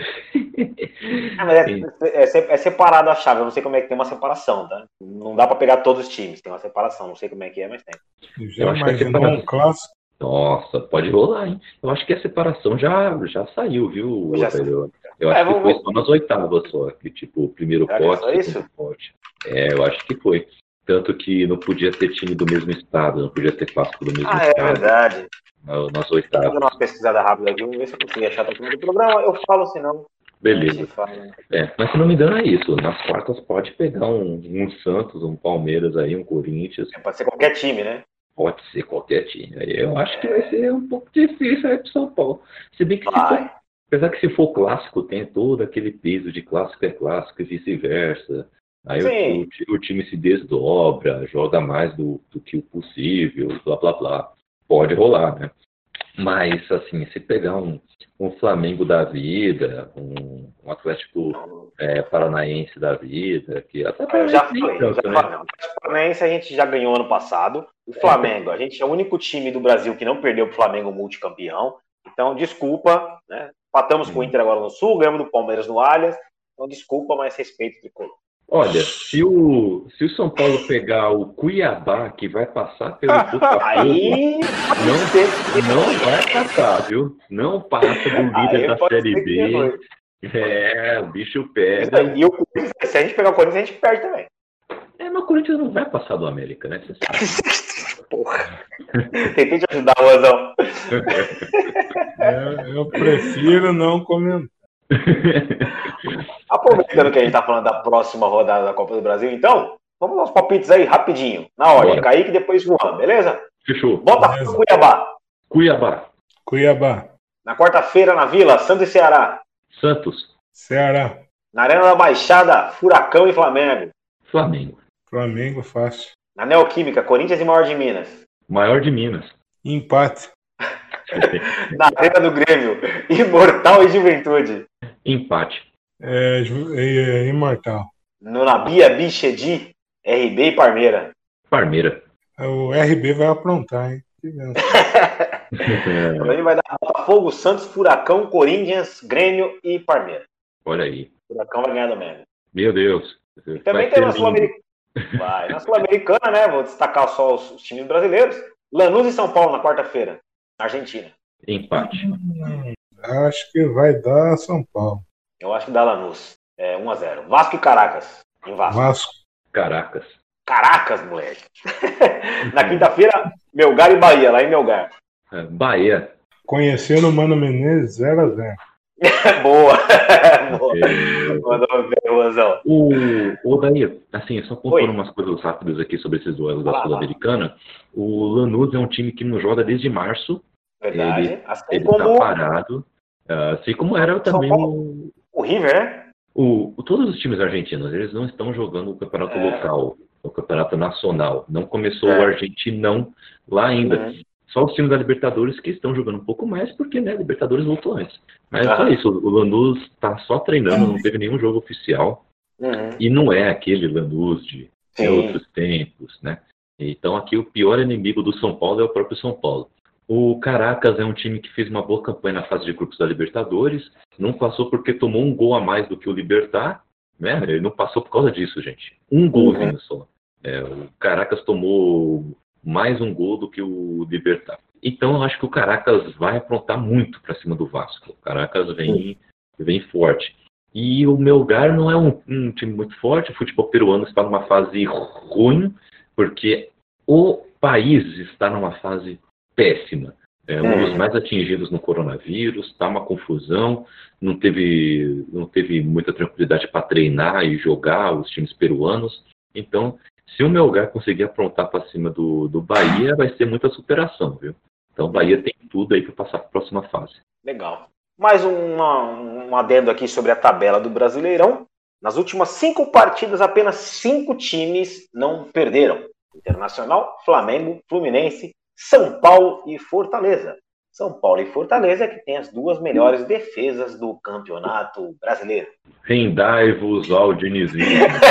Mas é separado a chave. Eu não sei como é que tem uma separação, tá? Não dá pra pegar todos os times. Tem uma separação. Não sei como é que é, mas tem. Já imaginou um clássico? Nossa, pode rolar, hein? Eu acho que a separação já saiu, viu? Eu acho que foi só nas oitavas só. Que, tipo, o primeiro pote, o segundo pote. Eu acho que foi. Tanto que não podia ter time do mesmo estado, não podia ter clássico do mesmo estado. É verdade. Nas oitavas. Vou dar uma pesquisada rápida aqui, vamos ver se eu consigo achar até o final do programa. Eu falo, senão. Beleza. Mas se não me engano é isso. Nas quartas pode pegar um Santos, um Palmeiras aí, um Corinthians. Pode ser qualquer time, né? Pode ser qualquer time. Aí eu acho que vai ser um pouco difícil aí pro São Paulo. Se bem que apesar que se for clássico, tem todo aquele peso de clássico é clássico e vice-versa. Aí o time se desdobra, joga mais do que o possível, blá blá blá. Pode rolar, né? Mas, assim, se pegar um Flamengo da vida, um Atlético Paranaense da vida, que até eu já falei. O Paranaense a gente já ganhou ano passado. O Flamengo, a gente é o único time do Brasil que não perdeu pro Flamengo multicampeão. Então, desculpa, né? Empatamos com o Inter agora no Sul, ganhamos do Palmeiras no Allianz. Então, desculpa, mas respeito o tricolor. Olha, se o São Paulo pegar o Cuiabá, que vai passar pelo Botafogo, aí não vai passar, viu? Não passa do líder da Série B. O bicho pega. E o Corinthians, se a gente pegar o Corinthians, a gente perde também. Mas o Corinthians não vai passar do América, né? Você sabe. Porra. Tentei te ajudar, Rosão. Eu prefiro não comentar. Aproveitando que a gente tá falando da próxima rodada da Copa do Brasil, então, vamos aos palpites aí, rapidinho. Na ordem, Bora. Kaique, depois Juan, beleza? Fechou. Botafogo, Cuiabá. Na quarta-feira, na Vila, Santos e Ceará. Santos. Ceará. Na Arena da Baixada, Furacão e Flamengo. Flamengo, fácil. Na Neoquímica, Corinthians e Maior de Minas. Maior de Minas. Empate. Na Arena do Grêmio, Imortal e Juventude. Empate. Imortal. No Nabia, Bichedi, RB e Parmeira. Parmeira. O RB vai aprontar, hein? Também vai dar Botafogo, Santos, Furacão, Corinthians, Grêmio e Parmeira. Olha aí. Furacão vai ganhar do Mega. Meu Deus. E também tem na Sul-Americana. Na Sul-Americana, né? Vou destacar só os times brasileiros. Lanús e São Paulo na quarta-feira. Na Argentina. Empate. Acho que vai dar São Paulo. Eu acho que dá Lanús. 1-0. Vasco e Caracas. Em Vasco. Vasco. Caracas. Caracas, moleque. Na quinta-feira, Melgar e Bahia, lá em Melgar. Bahia. Conhecendo o Mano Menezes, 0-0. Boa. Mandou ver, Rosão. O Daí, assim, só pontuando umas coisas rápidas aqui sobre esses duelos da Sul-Americana. O Lanús é um time que não joga desde março. Verdade. Ele tá parado. Assim como era também o River, né? Todos os times argentinos, eles não estão jogando o campeonato local, o campeonato nacional. Não começou o Argentinão lá ainda. Só os times da Libertadores que estão jogando um pouco mais, porque, né, Libertadores voltou antes. Mas só isso, o Lanús tá só treinando, não teve nenhum jogo oficial. E não é aquele Lanús de outros tempos, né? Então aqui o pior inimigo do São Paulo é o próprio São Paulo. O Caracas é um time que fez uma boa campanha na fase de grupos da Libertadores, não passou porque tomou um gol a mais do que o Libertad, né? Ele não passou por causa disso, gente. Um golzinho só. O Caracas tomou mais um gol do que o Libertad. Então eu acho que o Caracas vai aprontar muito para cima do Vasco. O Caracas vem forte. E o Melgar não é um time muito forte. O futebol peruano está numa fase ruim, porque o país está numa fase péssima. Um dos mais atingidos no coronavírus, está uma confusão, não teve muita tranquilidade para treinar e jogar os times peruanos. Então, se o Melgar conseguir aprontar para cima do Bahia, vai ser muita superação, viu? Então, o Bahia tem tudo aí para passar para a próxima fase. Legal. Mais um adendo aqui sobre a tabela do Brasileirão. Nas últimas 5 partidas, apenas 5 times não perderam. Internacional, Flamengo, Fluminense, São Paulo e Fortaleza. São Paulo e Fortaleza que tem as 2 melhores defesas do campeonato brasileiro. Rendai-vos ao dinizismo.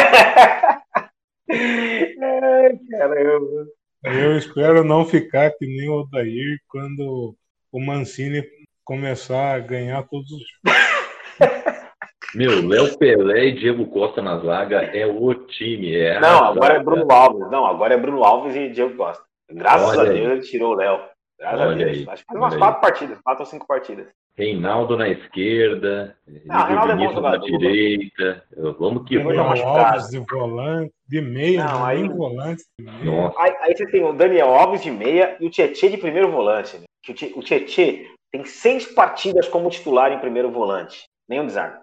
Ai, caramba. Eu espero não ficar que nem o Odair quando o Mancini começar a ganhar todos os jogos. Meu, Léo Pelé e Diego Costa na zaga é o time. Não, agora é Bruno Alves. Não, agora é Bruno Alves e Diego Costa. Graças a Deus ele tirou o Léo. Graças a Deus. Acho que faz umas 4 partidas, 4 ou 5 partidas. Reinaldo na esquerda, Reinaldo é bom jogador, na direita. Vamos que vamos. Daniel Alves de volante, de meia, nem volante. Aí você tem o Daniel Alves de meia e o Tietê de primeiro volante. Né? O Tietê tem 6 partidas como titular em primeiro volante. Nenhum desarme.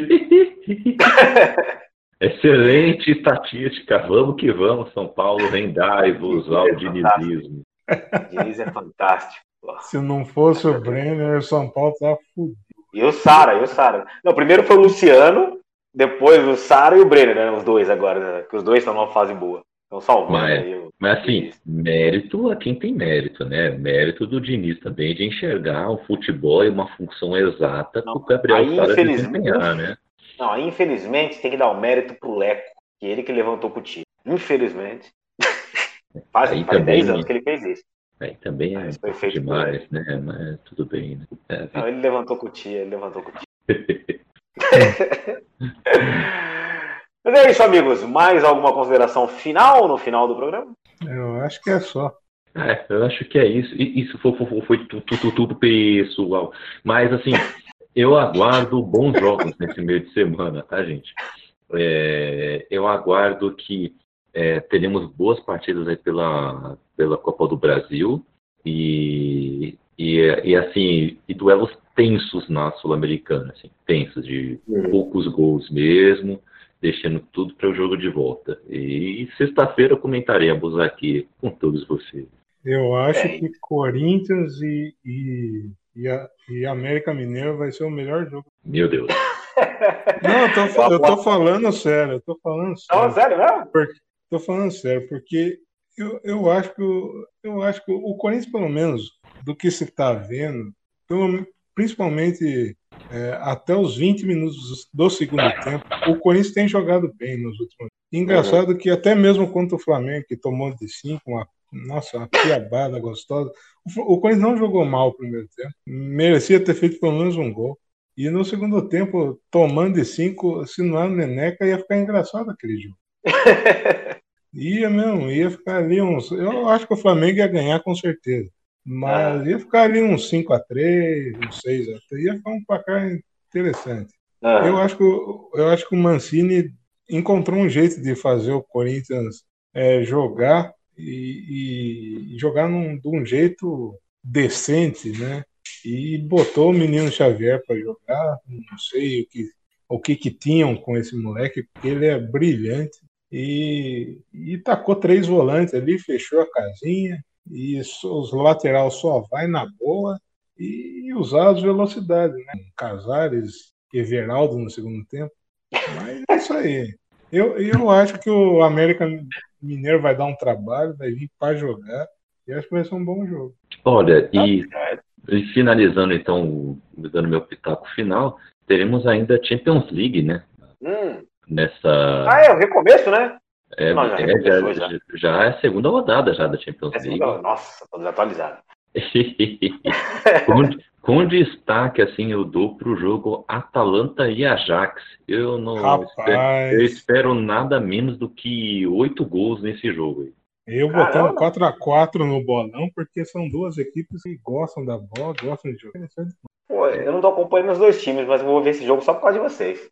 Excelente estatística. Vamos que vamos, São Paulo. Rendai-vos ao dinizismo. Diniz é fantástico. Se não fosse o Brenner, o São Paulo tava fudido. E o Sara. Não, primeiro foi o Luciano, depois o Sara e o Brenner, né? Os dois agora, né? Que os dois estão numa fase boa. Estão salvando aí. Mas assim, mérito a quem tem mérito, né? Mérito do Diniz também de enxergar o futebol e uma função exata para o Gabriel Sara desempenhar, né? Não, aí infelizmente tem que dar o mérito pro Leco, que ele que levantou com o time. Infelizmente. Faz 10 anos que ele fez isso. Aí também é demais, né? Mas tudo bem, né? Não, ele levantou com o tio, Mas é isso, amigos. Mais alguma consideração final no final do programa? Eu acho que é só. Eu acho que é isso. Isso foi tudo pessoal. Mas, assim, eu aguardo bons jogos nesse meio de semana, tá, gente? Eu aguardo que teremos boas partidas aí pela Copa do Brasil e duelos tensos na Sul-Americana, assim, tensos, de poucos gols mesmo, deixando tudo para o jogo de volta. E sexta-feira comentaremos aqui com todos vocês. Eu acho que Corinthians e América Mineiro vai ser o melhor jogo. Meu Deus. Não, eu tô falando sério. Sério mesmo? Tô falando sério, porque eu acho que o Corinthians, pelo menos, do que se está vendo, principalmente até os 20 minutos do segundo tempo, o Corinthians tem jogado bem nos últimos. Engraçado que até mesmo contra o Flamengo, que tomou de 5, uma piabada gostosa, o Corinthians não jogou mal o primeiro tempo, merecia ter feito pelo menos um gol. E no segundo tempo, tomando de 5, se não era Neneca, ia ficar engraçado aquele jogo. Ia ficar ali eu acho que o Flamengo ia ganhar com certeza. Mas ia ficar ali uns 5-3, uns 6-3, ia ficar um placar interessante. Eu acho que o Mancini encontrou um jeito de fazer o Corinthians jogar e jogar de um jeito decente, né? E botou o menino Xavier para jogar. Não sei o que tinham com esse moleque, porque ele é brilhante. E tacou 3 volantes ali, fechou a casinha. E os laterais só vai na boa e usar as velocidades, né? Casares, Everaldo no segundo tempo. Mas é isso aí. Eu acho que o América Mineiro vai dar um trabalho, vai vir para jogar. E acho que vai ser um bom jogo. Olha, e finalizando então, dando meu pitaco final, teremos ainda a Champions League, né? Nessa... é o recomeço, né? Já é a segunda rodada já da Champions League. Nossa, tô desatualizado. com destaque, assim, eu dou pro jogo Atalanta e Ajax. Eu espero nada menos do que 8 gols nesse jogo aí. Eu botando 4-4 no bolão, porque são duas equipes que gostam da bola, gostam de jogar. Pô, eu não tô acompanhando os dois times, mas eu vou ver esse jogo só por causa de vocês.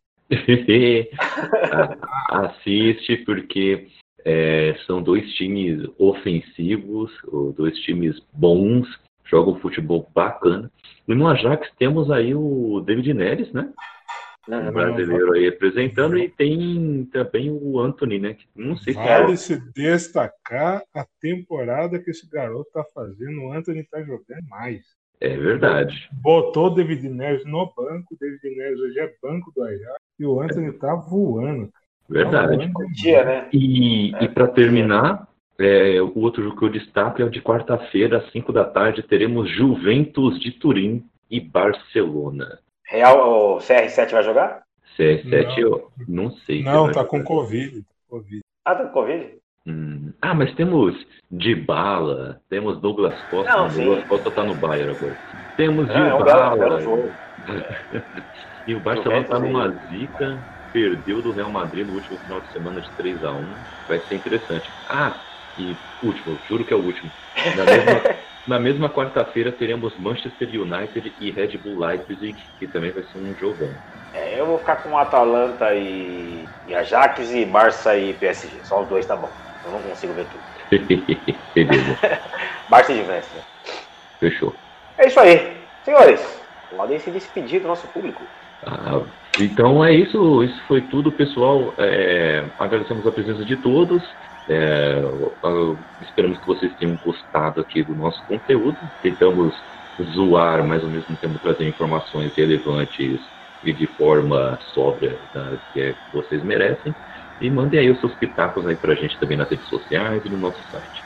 Assiste, porque são 2 times ofensivos, 2 times bons, jogam futebol bacana. E no Ajax temos aí o David Neres, né? Um brasileiro aí representando, e tem também o Antony, né? Que não sei vale se destacar a temporada que esse garoto tá fazendo. O Antony tá jogando mais. É verdade. Botou o David Neres no banco. O David Neres hoje é banco do Ajax. E o Antony tá voando. Verdade. Né? E para terminar, o outro jogo que eu destaco é o de quarta-feira, às 5 da tarde, teremos Juventus de Turim e Barcelona. Real, o CR7 vai jogar? CR7 eu não sei. Não, tá com Covid. Tá com Covid? Mas temos Dybala, temos Douglas Costa. Douglas Costa tá no Bayern agora. Temos Dybala. E o Barcelona tá numa zica, perdeu do Real Madrid no último final de semana de 3-1. Vai ser interessante. E último, juro que é o último. Na mesma quarta-feira teremos Manchester United e Red Bull Leipzig, que também vai ser um jogão. Eu vou ficar com Atalanta e Ajax, e Barça e PSG. Só os 2 tá bom. Eu não consigo ver tudo. Beleza. Barça e Juventus. Fechou. É isso aí. Senhores, podem se despedir do nosso público. Então é isso. Isso foi tudo, pessoal. Agradecemos a presença de todos. Esperamos que vocês tenham gostado aqui do nosso conteúdo. Tentamos zoar, mas ao mesmo tempo trazer informações relevantes e de forma sóbria, que vocês merecem. E mandem aí os seus pitacos aí pra gente também nas redes sociais e no nosso site.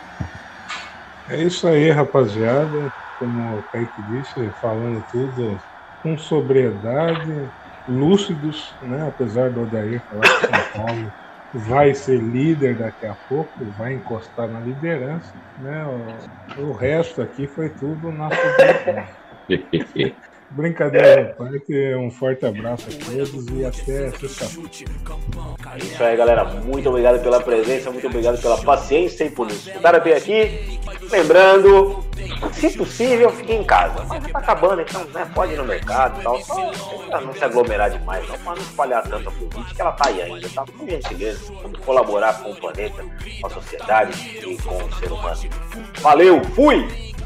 É isso aí, rapaziada. Como o Kaique disse, falando tudo com sobriedade, lúcidos, né? Apesar do Odair falar que São Paulo vai ser líder daqui a pouco, vai encostar na liderança, né? O resto aqui foi tudo na sobriedade. Brincadeira, um forte abraço a todos e até sexta-feira. É isso aí, galera. Muito obrigado pela presença, muito obrigado pela paciência e por nos escutar até aqui. Lembrando, se possível, fique em casa. Mas já tá acabando, então, né? Pode ir no mercado e tal. Só pra não se aglomerar demais, não, pra não espalhar tanto a Covid, que ela tá aí ainda, tá? Por gentileza, vamos colaborar com o planeta, com a sociedade e com o ser humano. Valeu, fui!